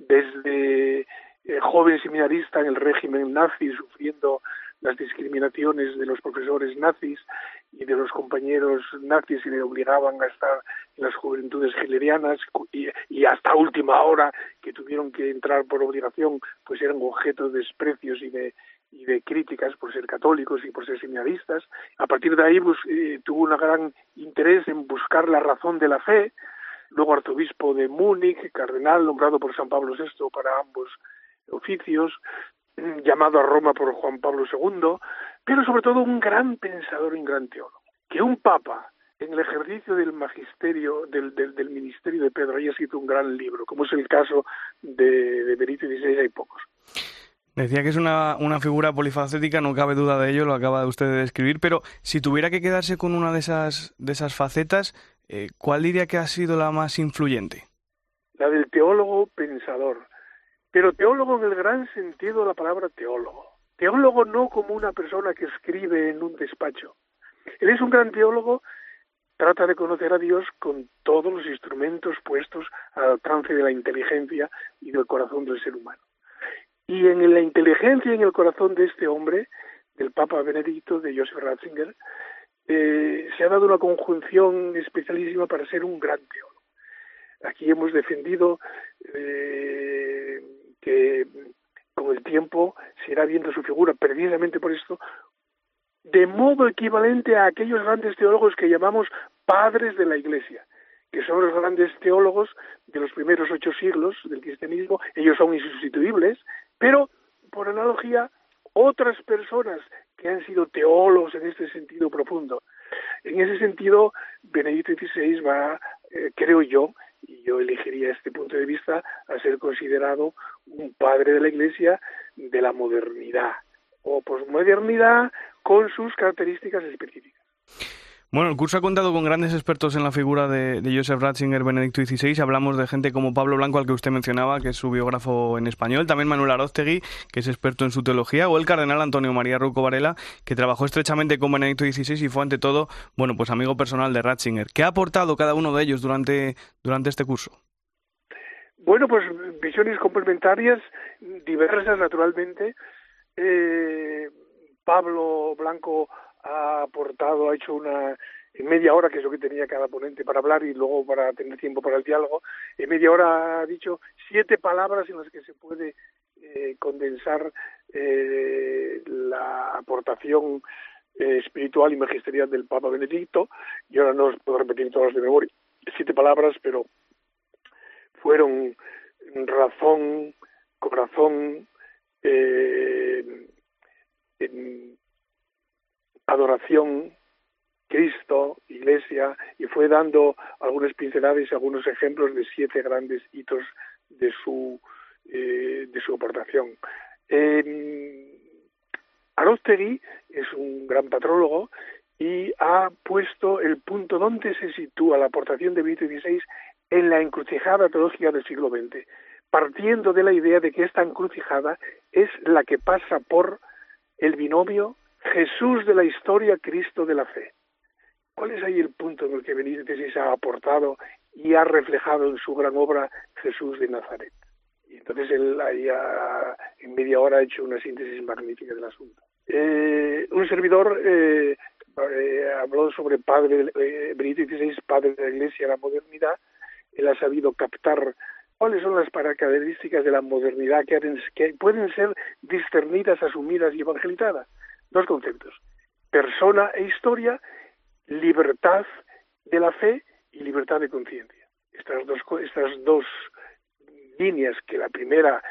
desde joven seminarista en el régimen nazi, sufriendo las discriminaciones de los profesores nazis y de los compañeros nazis, y le obligaban a estar en las juventudes hitlerianas, y hasta última hora, que tuvieron que entrar por obligación, pues eran objeto de desprecios y de críticas por ser católicos y por ser seminaristas. A partir de ahí tuvo un gran interés en buscar la razón de la fe. Luego arzobispo de Múnich, cardenal nombrado por San Pablo VI para ambos oficios, llamado a Roma por Juan Pablo II, pero sobre todo un gran pensador y un gran teólogo. Que un papa, en el ejercicio del magisterio, del ministerio de Pedro, haya escrito un gran libro, como es el caso de Benedicto XVI, hay pocos. Decía que es una figura polifacética, no cabe duda de ello, lo acaba usted de describir, pero si tuviera que quedarse con una de esas facetas, ¿cuál diría que ha sido la más influyente? La del teólogo pensador, pero teólogo en el gran sentido de la palabra teólogo. Teólogo no como una persona que escribe en un despacho. Él es un gran teólogo, trata de conocer a Dios con todos los instrumentos puestos al alcance de la inteligencia y del corazón del ser humano. Y en la inteligencia y en el corazón de este hombre, del Papa Benedicto, de Joseph Ratzinger, se ha dado una conjunción especialísima para ser un gran teólogo. Aquí hemos defendido que con el tiempo se irá viendo su figura, precisamente por esto, de modo equivalente a aquellos grandes teólogos que llamamos padres de la Iglesia, que son los grandes teólogos de los primeros 8 siglos del cristianismo. Ellos son insustituibles, pero, por analogía, otras personas que han sido teólogos en este sentido profundo. En ese sentido, Benedicto XVI va, creo yo, y yo elegiría este punto de vista, a ser considerado un padre de la Iglesia de la modernidad, o posmodernidad con sus características específicas. Bueno, el curso ha contado con grandes expertos en la figura de Joseph Ratzinger, Benedicto XVI. Hablamos de gente como Pablo Blanco, al que usted mencionaba, que es su biógrafo en español, también Manuel Aróstegui, que es experto en su teología, o el cardenal Antonio María Rouco Varela, que trabajó estrechamente con Benedicto XVI y fue ante todo, bueno, pues amigo personal de Ratzinger. ¿Qué ha aportado cada uno de ellos durante este curso? Bueno, pues visiones complementarias, diversas naturalmente. Pablo Blanco ha hecho una en media hora, que es lo que tenía cada ponente para hablar y luego para tener tiempo para el diálogo, en media hora ha dicho 7 palabras en las que se puede condensar la aportación espiritual y magisterial del Papa Benedicto. Yo ahora no os puedo repetir todas de memoria, 7 palabras, pero fueron razón, corazón, adoración, Cristo, Iglesia, y fue dando algunas pinceladas y algunos ejemplos de 7 grandes hitos de su aportación. Aróstegui es un gran patrólogo y ha puesto el punto donde se sitúa la aportación de Benedicto XVI en la encrucijada teológica del siglo XX, partiendo de la idea de que esta encrucijada es la que pasa por el binomio Jesús de la historia, Cristo de la fe. ¿Cuál es ahí el punto en el que Benedicto XVI ha aportado y ha reflejado en su gran obra Jesús de Nazaret? Y entonces él ahí en media hora ha hecho una síntesis magnífica del asunto. Un servidor habló sobre Benedicto XVI, padre de la Iglesia, la modernidad. Él ha sabido captar cuáles son las características de la modernidad que pueden ser discernidas, asumidas y evangelizadas. 2 conceptos: persona e historia, libertad de la fe y libertad de conciencia. Estas dos líneas, que la primera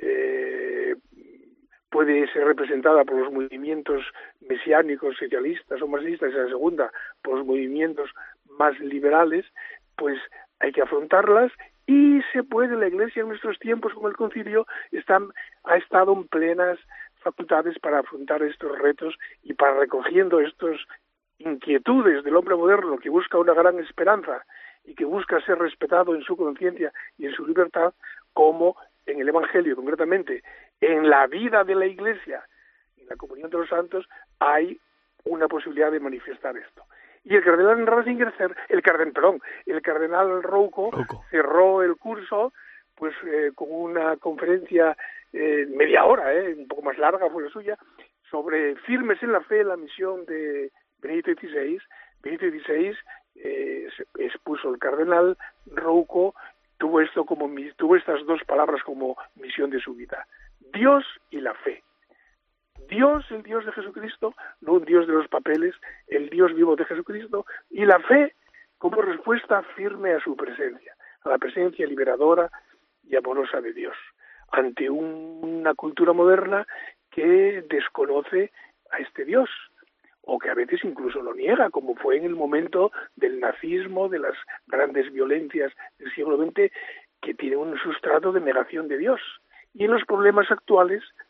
puede ser representada por los movimientos mesiánicos, socialistas o marxistas, y la segunda por los movimientos más liberales, pues hay que afrontarlas, y se puede. La Iglesia en nuestros tiempos, como el Concilio, ha estado en plenas facultades para afrontar estos retos y para, recogiendo estas inquietudes del hombre moderno que busca una gran esperanza y que busca ser respetado en su conciencia y en su libertad, como en el Evangelio, concretamente en la vida de la Iglesia, en la comunión de los santos, hay una posibilidad de manifestar esto. Y el cardenal Ratzinger, el cardenal Rouco cerró el curso pues con una conferencia media hora, un poco más larga fue la suya, sobre firmes en la fe, la misión de Benedicto XVI. Benedicto XVI expuso el cardenal Rouco, tuvo estas 2 palabras como misión de su vida: Dios y la fe. Dios, el Dios de Jesucristo, no un Dios de los papeles, el Dios vivo de Jesucristo, y la fe como respuesta firme a su presencia, a la presencia liberadora y amorosa de Dios, ante una cultura moderna que desconoce a este Dios, o que a veces incluso lo niega, como fue en el momento del nazismo, de las grandes violencias del siglo XX, que tiene un sustrato de negación de Dios. Y en los problemas actuales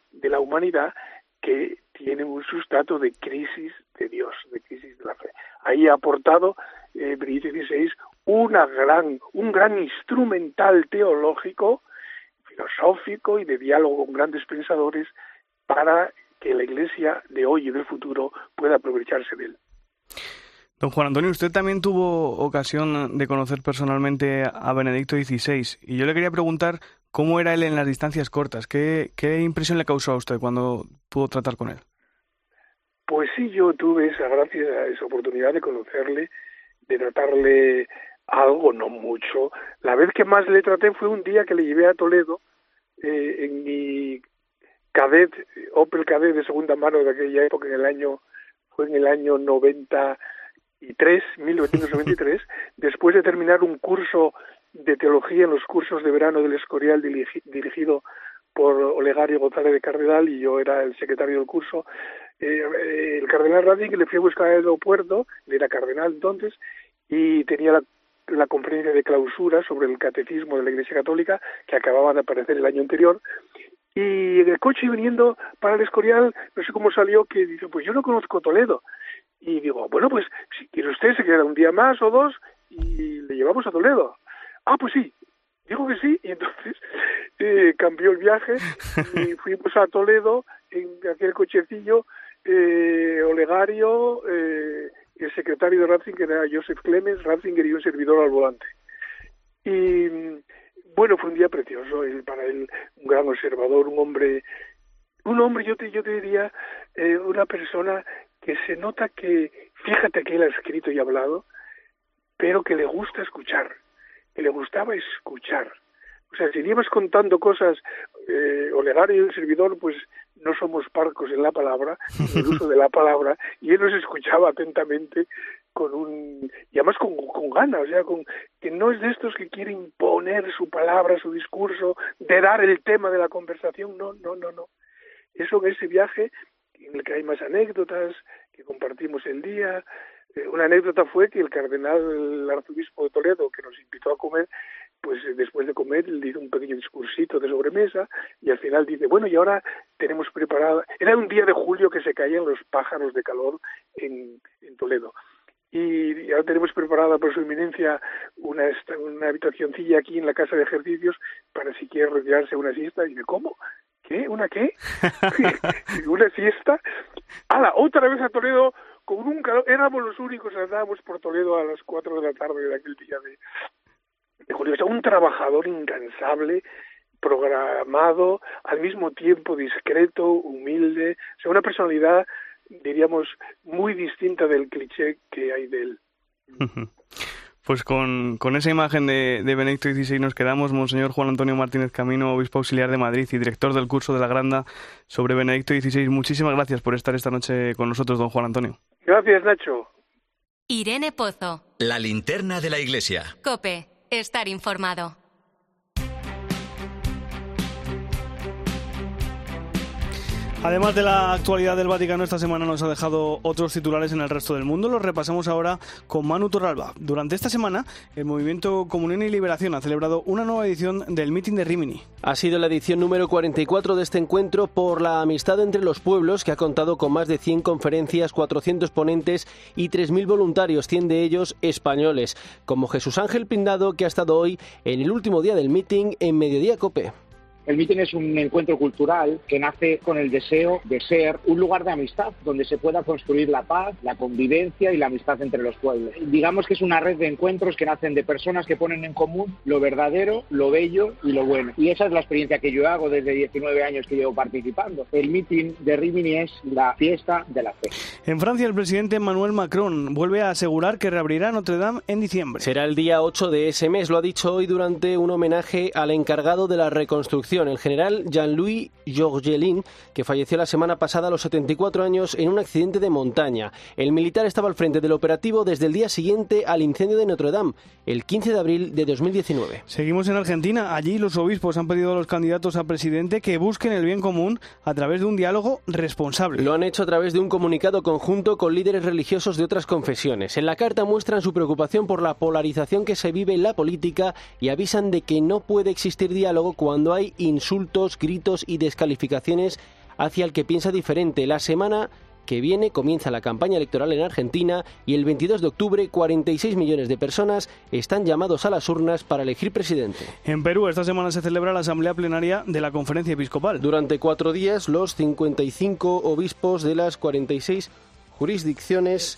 de la humanidad que tienen un sustrato de crisis de Dios, de crisis de la fe. Ahí ha aportado Benedicto XVI un gran instrumental teológico, filosófico y de diálogo con grandes pensadores para que la Iglesia de hoy y del futuro pueda aprovecharse de él. Don Juan Antonio, usted también tuvo ocasión de conocer personalmente a Benedicto XVI y yo le quería preguntar cómo era él en las distancias cortas. ¿Qué impresión le causó a usted cuando pudo tratar con él? Pues sí, yo tuve esa gracia, esa oportunidad de conocerle, de tratarle algo, no mucho. La vez que más le traté fue un día que le llevé a Toledo en mi Cadet, Opel Cadet de segunda mano de aquella época, fue en el año 1993, después de terminar un curso de teología en los cursos de verano del Escorial dirigido por Olegario González de Cardenal, y yo era el secretario del curso. El cardenal Ratzinger le fui a buscar al aeropuerto, él era cardenal entonces, y tenía la conferencia de clausura sobre el catecismo de la Iglesia Católica que acababa de aparecer el año anterior. Y en el coche viniendo para el Escorial, no sé cómo salió, que dice, pues yo no conozco Toledo. Y digo, bueno, pues si quiere usted se queda un día más o dos y le llevamos a Toledo. Ah, pues sí, dijo que sí, y entonces cambió el viaje y fuimos a Toledo en aquel cochecillo, Olegario, el secretario de Ratzinger era Joseph Clemens, Ratzinger y un servidor al volante. Y bueno, fue un día precioso, para él un gran observador, un hombre yo te diría, una persona que se nota que, fíjate que él ha escrito y hablado, pero que le gusta escuchar, que le gustaba escuchar. O sea, si ibas contando cosas, Olegario y el servidor, pues no somos parcos en la palabra, en el uso de la palabra, y él nos escuchaba atentamente y además con ganas, o sea, que no es de estos que quiere imponer su palabra, su discurso, de dar el tema de la conversación, no. Eso en ese viaje, en el que hay más anécdotas, que compartimos el día. Una anécdota fue que el arzobispo de Toledo, que nos invitó a comer, pues después de comer él hizo un pequeño discursito de sobremesa y al final dice, bueno, y ahora tenemos preparada, era un día de julio que se caían los pájaros de calor en Toledo, y ahora tenemos preparada por su eminencia una habitacioncilla aquí en la casa de ejercicios para si quiere retirarse a una siesta. Y dice, ¿cómo? ¿Qué? ¿Una qué? ¿Una siesta? ¡Hala! Otra vez a Toledo con un calor. Éramos los únicos, andábamos por Toledo a las 4 de la tarde de aquel día de julio. O sea, un trabajador incansable, programado, al mismo tiempo discreto, humilde. O sea, una personalidad, diríamos, muy distinta del cliché que hay de él. Pues con esa imagen de Benedicto XVI nos quedamos. Monseñor Juan Antonio Martínez Camino, obispo auxiliar de Madrid y director del curso de la Granda sobre Benedicto XVI. Muchísimas gracias por estar esta noche con nosotros, don Juan Antonio. Gracias, Nacho. Irene Pozo. La linterna de la Iglesia. COPE. Estar informado. Además de la actualidad del Vaticano, esta semana nos ha dejado otros titulares en el resto del mundo. Los repasamos ahora con Manu Torralba. Durante esta semana, el Movimiento Comunión y Liberación ha celebrado una nueva edición del Meeting de Rímini. Ha sido la edición número 44 de este encuentro por la amistad entre los pueblos, que ha contado con más de 100 conferencias, 400 ponentes y 3.000 voluntarios, 100 de ellos españoles, como Jesús Ángel Pindado, que ha estado hoy en el último día del meeting en Mediodía COPE. El meeting es un encuentro cultural que nace con el deseo de ser un lugar de amistad donde se pueda construir la paz, la convivencia y la amistad entre los pueblos. Digamos que es una red de encuentros que nacen de personas que ponen en común lo verdadero, lo bello y lo bueno. Y esa es la experiencia que yo hago desde 19 años que llevo participando. El meeting de Rímini es la fiesta de la fe. En Francia, el presidente Emmanuel Macron vuelve a asegurar que reabrirá Notre Dame en diciembre. Será el día 8 de ese mes, lo ha dicho hoy durante un homenaje al encargado de la reconstrucción, el general Jean-Louis Georgelin, que falleció la semana pasada a los 74 años en un accidente de montaña. El militar estaba al frente del operativo desde el día siguiente al incendio de Notre Dame, el 15 de abril de 2019. Seguimos en Argentina. Allí los obispos han pedido a los candidatos a presidente que busquen el bien común a través de un diálogo responsable. Lo han hecho a través de un comunicado conjunto con líderes religiosos de otras confesiones. En la carta muestran su preocupación por la polarización que se vive en la política y avisan de que no puede existir diálogo cuando hay insultos, gritos y descalificaciones hacia el que piensa diferente. La semana que viene comienza la campaña electoral en Argentina y el 22 de octubre 46 millones de personas están llamados a las urnas para elegir presidente. En Perú esta semana se celebra la asamblea plenaria de la Conferencia Episcopal. Durante 4 días los 55 obispos de las 46 jurisdicciones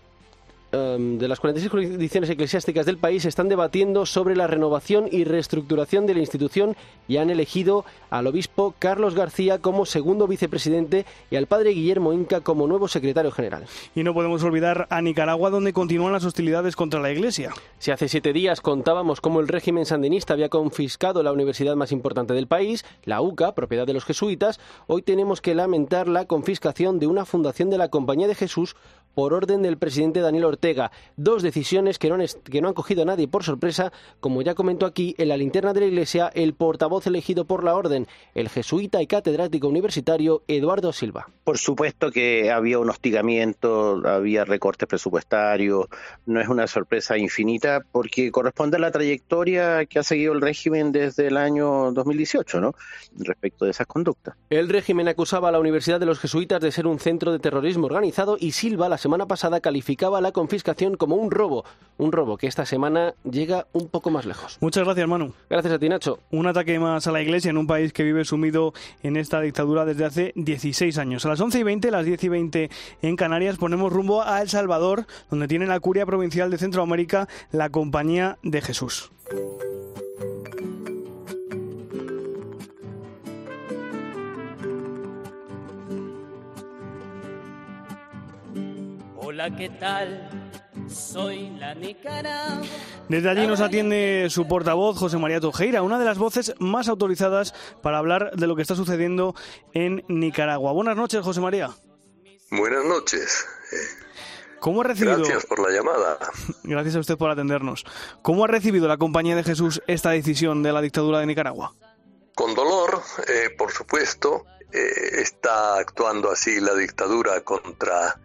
eclesiásticas del país están debatiendo sobre la renovación y reestructuración de la institución y han elegido al obispo Carlos García como segundo vicepresidente y al padre Guillermo Inca como nuevo secretario general. Y no podemos olvidar a Nicaragua, donde continúan las hostilidades contra la Iglesia. Si hace 7 días contábamos cómo el régimen sandinista había confiscado la universidad más importante del país, la UCA, propiedad de los jesuitas, hoy tenemos que lamentar la confiscación de una fundación de la Compañía de Jesús por orden del presidente Daniel Ortega. 2 decisiones que no han cogido a nadie por sorpresa, como ya comentó aquí en la linterna de la Iglesia el portavoz elegido por la orden, el jesuita y catedrático universitario Eduardo Silva. Por supuesto que había un hostigamiento, había recortes presupuestarios, no es una sorpresa infinita porque corresponde a la trayectoria que ha seguido el régimen desde el año 2018, ¿no? Respecto de esas conductas. El régimen acusaba a la Universidad de los Jesuitas de ser un centro de terrorismo organizado y Silva la semana pasada calificaba la confiscación como un robo que esta semana llega un poco más lejos. Muchas gracias, Manu. Gracias a ti, Nacho. Un ataque más a la Iglesia en un país que vive sumido en esta dictadura desde hace 16 años. A las 11:20, las 10:20 en Canarias, ponemos rumbo a El Salvador, donde tiene la Curia Provincial de Centroamérica la Compañía de Jesús. Hola, ¿qué tal? Soy la Nicaragua. Desde allí nos atiende su portavoz, José María Tojeira, una de las voces más autorizadas para hablar de lo que está sucediendo en Nicaragua. Buenas noches, José María. Buenas noches. ¿Cómo ha recibido... Gracias por la llamada. Gracias a usted por atendernos. ¿Cómo ha recibido la Compañía de Jesús esta decisión de la dictadura de Nicaragua? Con dolor, por supuesto. Está actuando así la dictadura contra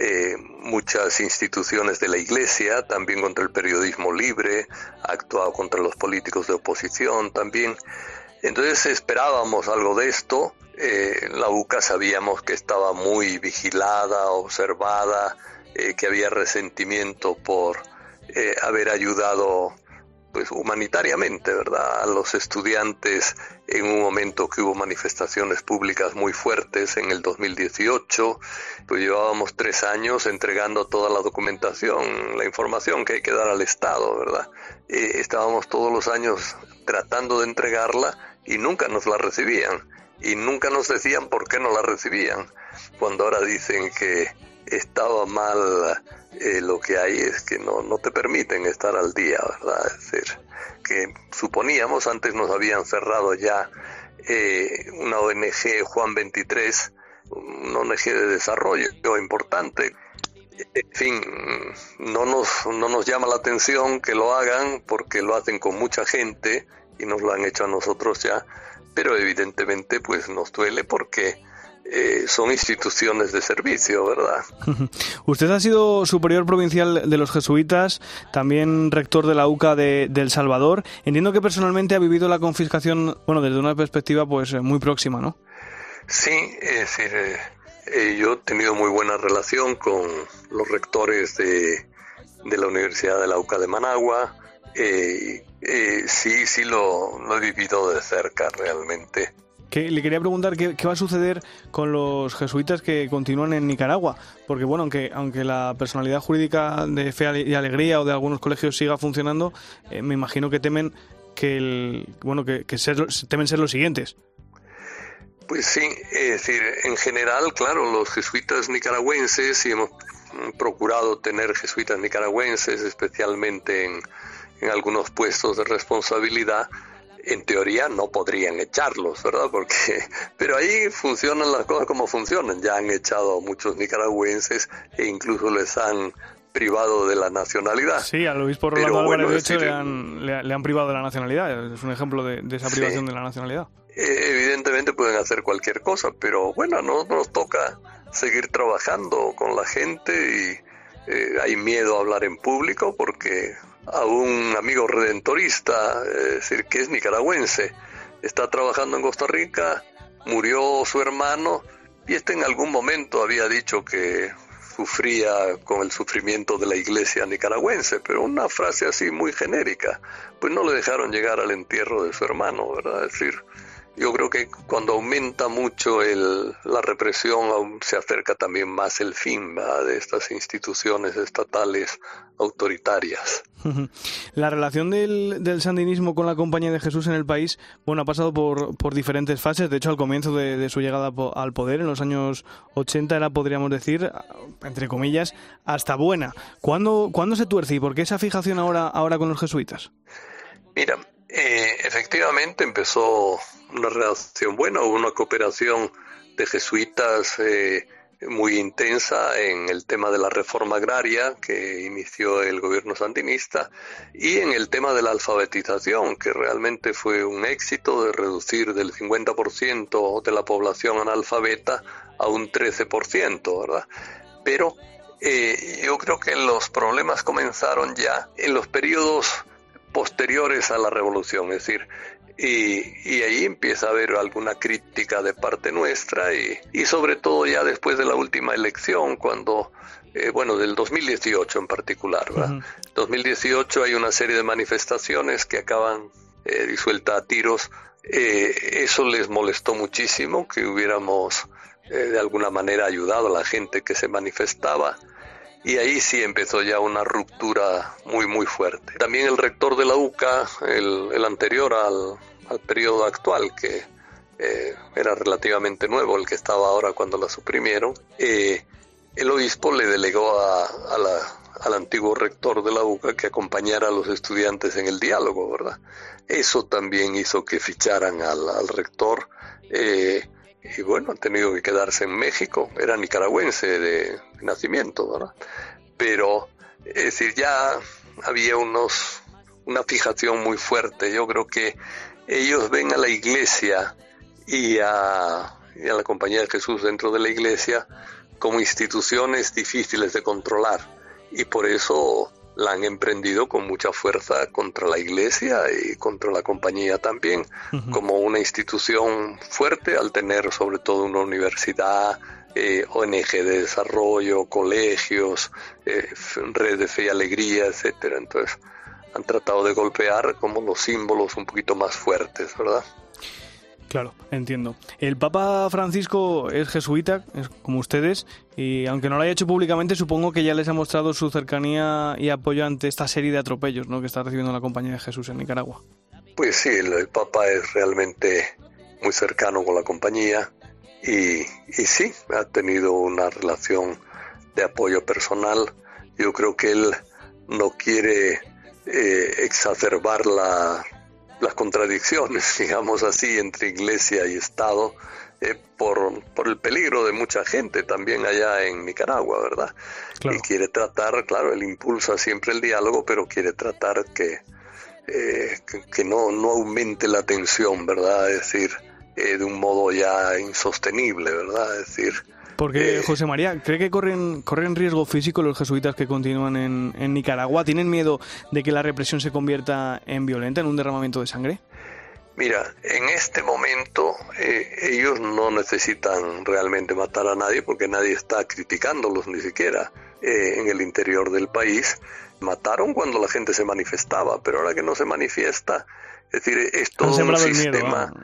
muchas instituciones de la Iglesia, también contra el periodismo libre, ha actuado contra los políticos de oposición también. Entonces esperábamos algo de esto. La UCA sabíamos que estaba muy vigilada, observada, que había resentimiento por haber ayudado pues humanitariamente, ¿verdad?, a los estudiantes en un momento que hubo manifestaciones públicas muy fuertes en el 2018. Pues llevábamos 3 años entregando toda la documentación, la información que hay que dar al Estado, ¿verdad? Estábamos todos los años tratando de entregarla y nunca nos la recibían. Y nunca nos decían por qué no la recibían. Cuando ahora dicen que estaba mal, lo que hay es que no te permiten estar al día, ¿verdad? Es decir, que suponíamos, antes nos habían cerrado ya una ONG, Juan 23, una ONG de desarrollo importante. En fin, no nos llama la atención que lo hagan porque lo hacen con mucha gente y nos lo han hecho a nosotros ya, pero evidentemente pues nos duele porque son instituciones de servicio, ¿verdad? Usted ha sido superior provincial de los jesuitas, también rector de la UCA de El Salvador. Entiendo que personalmente ha vivido la confiscación, bueno, desde una perspectiva pues muy próxima, ¿no? Sí, es decir, yo he tenido muy buena relación con los rectores de la Universidad de la UCA de Managua. Sí lo he vivido de cerca realmente. Le quería preguntar qué va a suceder con los jesuitas que continúan en Nicaragua, porque bueno, aunque la personalidad jurídica de Fe y Alegría o de algunos colegios siga funcionando, me imagino que temen temen ser los siguientes. Pues sí, es decir, en general, claro, los jesuitas nicaragüenses, y hemos procurado tener jesuitas nicaragüenses, especialmente en algunos puestos de responsabilidad. En teoría no podrían echarlos, ¿verdad? Pero ahí funcionan las cosas como funcionan. Ya han echado a muchos nicaragüenses e incluso les han privado de la nacionalidad. Sí, al obispo Rolando Álvarez, de hecho, le han privado de la nacionalidad. Es un ejemplo de esa privación de la nacionalidad. Evidentemente pueden hacer cualquier cosa, pero bueno, nos toca seguir trabajando con la gente y hay miedo a hablar en público porque a un amigo redentorista, es decir, que es nicaragüense, está trabajando en Costa Rica, murió su hermano y en algún momento había dicho que sufría con el sufrimiento de la iglesia nicaragüense, pero una frase así muy genérica, pues no le dejaron llegar al entierro de su hermano, ¿verdad? Es decir, yo creo que cuando aumenta mucho la represión, aún se acerca también más el fin, ¿verdad?, de estas instituciones estatales autoritarias. La relación del sandinismo con la Compañía de Jesús en el país, bueno, ha pasado por diferentes fases. De hecho, al comienzo de su llegada al poder, en los años 80, era, podríamos decir, entre comillas, hasta buena. ¿Cuándo se tuerce y por qué esa fijación ahora con los jesuitas? Mira, efectivamente empezó una relación buena, hubo una cooperación de jesuitas muy intensa en el tema de la reforma agraria que inició el gobierno sandinista y en el tema de la alfabetización, que realmente fue un éxito de reducir del 50% de la población analfabeta a un 13%, ¿verdad? Pero yo creo que los problemas comenzaron ya en los periodos posteriores a la revolución, es decir, y ahí empieza a haber alguna crítica de parte nuestra y sobre todo ya después de la última elección, cuando, del 2018 en particular, ¿verdad? 2018 hay una serie de manifestaciones que acaban disuelta a tiros. Eso les molestó muchísimo, que hubiéramos de alguna manera ayudado a la gente que se manifestaba. Y ahí sí empezó ya una ruptura muy muy fuerte. También el rector de la UCA, el anterior al periodo actual, que era relativamente nuevo, el que estaba ahora cuando la suprimieron, el obispo le delegó al antiguo rector de la UCA que acompañara a los estudiantes en el diálogo, ¿verdad? Eso también hizo que ficharan al rector. Y bueno, han tenido que quedarse en México. Era nicaragüense de nacimiento, ¿verdad? Pero, es decir, ya había una fijación muy fuerte. Yo creo que ellos ven a la iglesia y a la Compañía de Jesús dentro de la iglesia como instituciones difíciles de controlar. Y por eso la han emprendido con mucha fuerza contra la iglesia y contra la compañía también, como una institución fuerte al tener sobre todo una universidad, ONG de desarrollo, colegios, red de fe y alegría, etcétera. Entonces han tratado de golpear como los símbolos un poquito más fuertes, ¿verdad? Claro, entiendo. El Papa Francisco es jesuita, es como ustedes, y aunque no lo haya hecho públicamente, supongo que ya les ha mostrado su cercanía y apoyo ante esta serie de atropellos, ¿no?, que está recibiendo la Compañía de Jesús en Nicaragua. Pues sí, el Papa es realmente muy cercano con la compañía y sí, ha tenido una relación de apoyo personal. Yo creo que él no quiere exacerbar las contradicciones, digamos así, entre Iglesia y Estado, por el peligro de mucha gente también allá en Nicaragua, ¿verdad? Claro. Y quiere tratar, claro, él impulsa siempre el diálogo, pero quiere tratar que no aumente la tensión, ¿verdad? Es decir, de un modo ya insostenible, ¿verdad? Es decir... Porque, José María, ¿cree que corren riesgo físico los jesuitas que continúan en Nicaragua? ¿Tienen miedo de que la represión se convierta en violenta, en un derramamiento de sangre? Mira, en este momento ellos no necesitan realmente matar a nadie porque nadie está criticándolos ni siquiera en el interior del país. Mataron cuando la gente se manifestaba, pero ahora que no se manifiesta, es decir, es todo un sistema...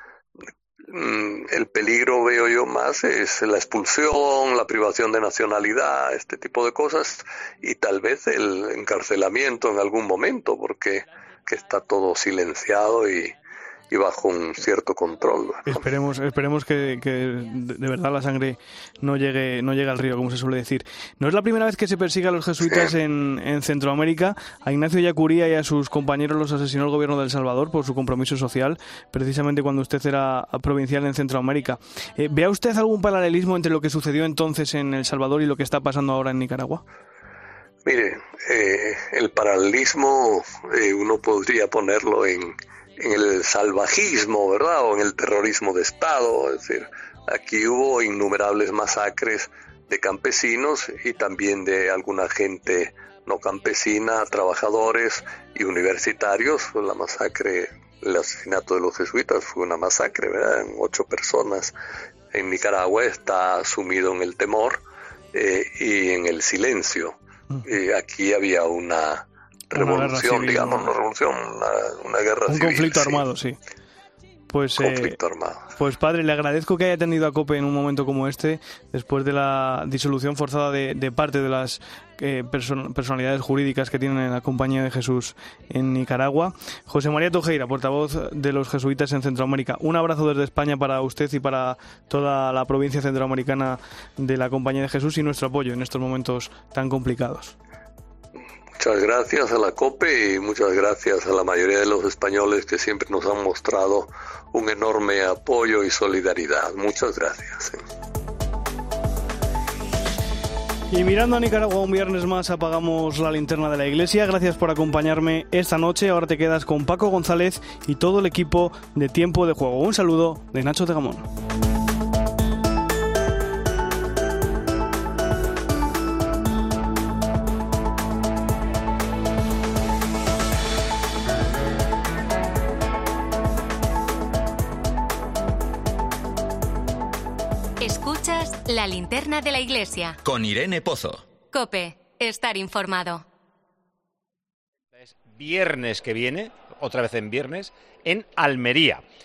El peligro, veo yo, más es la expulsión, la privación de nacionalidad, este tipo de cosas, y tal vez el encarcelamiento en algún momento, porque que está todo silenciado y bajo un cierto control. Esperemos que de verdad la sangre no llegue al río, como se suele decir. No es la primera vez que se persigue a los jesuitas en Centroamérica. A Ignacio Ellacuría y a sus compañeros los asesinó el gobierno de El Salvador por su compromiso social, precisamente cuando usted era provincial en Centroamérica. ¿Vea usted algún paralelismo entre lo que sucedió entonces en El Salvador y lo que está pasando ahora en Nicaragua? Mire, el paralelismo uno podría ponerlo en el salvajismo, ¿verdad?, o en el terrorismo de Estado. Es decir, aquí hubo innumerables masacres de campesinos y también de alguna gente no campesina, trabajadores y universitarios. La masacre el asesinato de los jesuitas fue una masacre, ¿verdad? 8 personas. En Nicaragua está sumido en el temor y en el silencio. Aquí había una revolución, civil, digamos, una revolución, una guerra civil. Un conflicto armado, sí. Pues, conflicto armado. Pues padre, le agradezco que haya atendido a COPE en un momento como este, después de la disolución forzada de parte de las personalidades jurídicas que tienen en la Compañía de Jesús en Nicaragua. José María Tojeira, portavoz de los jesuitas en Centroamérica. Un abrazo desde España para usted y para toda la provincia centroamericana de la Compañía de Jesús y nuestro apoyo en estos momentos tan complicados. Muchas gracias a la COPE y muchas gracias a la mayoría de los españoles que siempre nos han mostrado un enorme apoyo y solidaridad. Muchas gracias. Y mirando a Nicaragua, un viernes más apagamos la linterna de la iglesia. Gracias por acompañarme esta noche. Ahora te quedas con Paco González y todo el equipo de Tiempo de Juego. Un saludo de Nacho de Gamón. Escuchas La Linterna de la Iglesia. Con Irene Pozo. COPE. Estar informado. Es viernes que viene, otra vez en viernes, en Almería.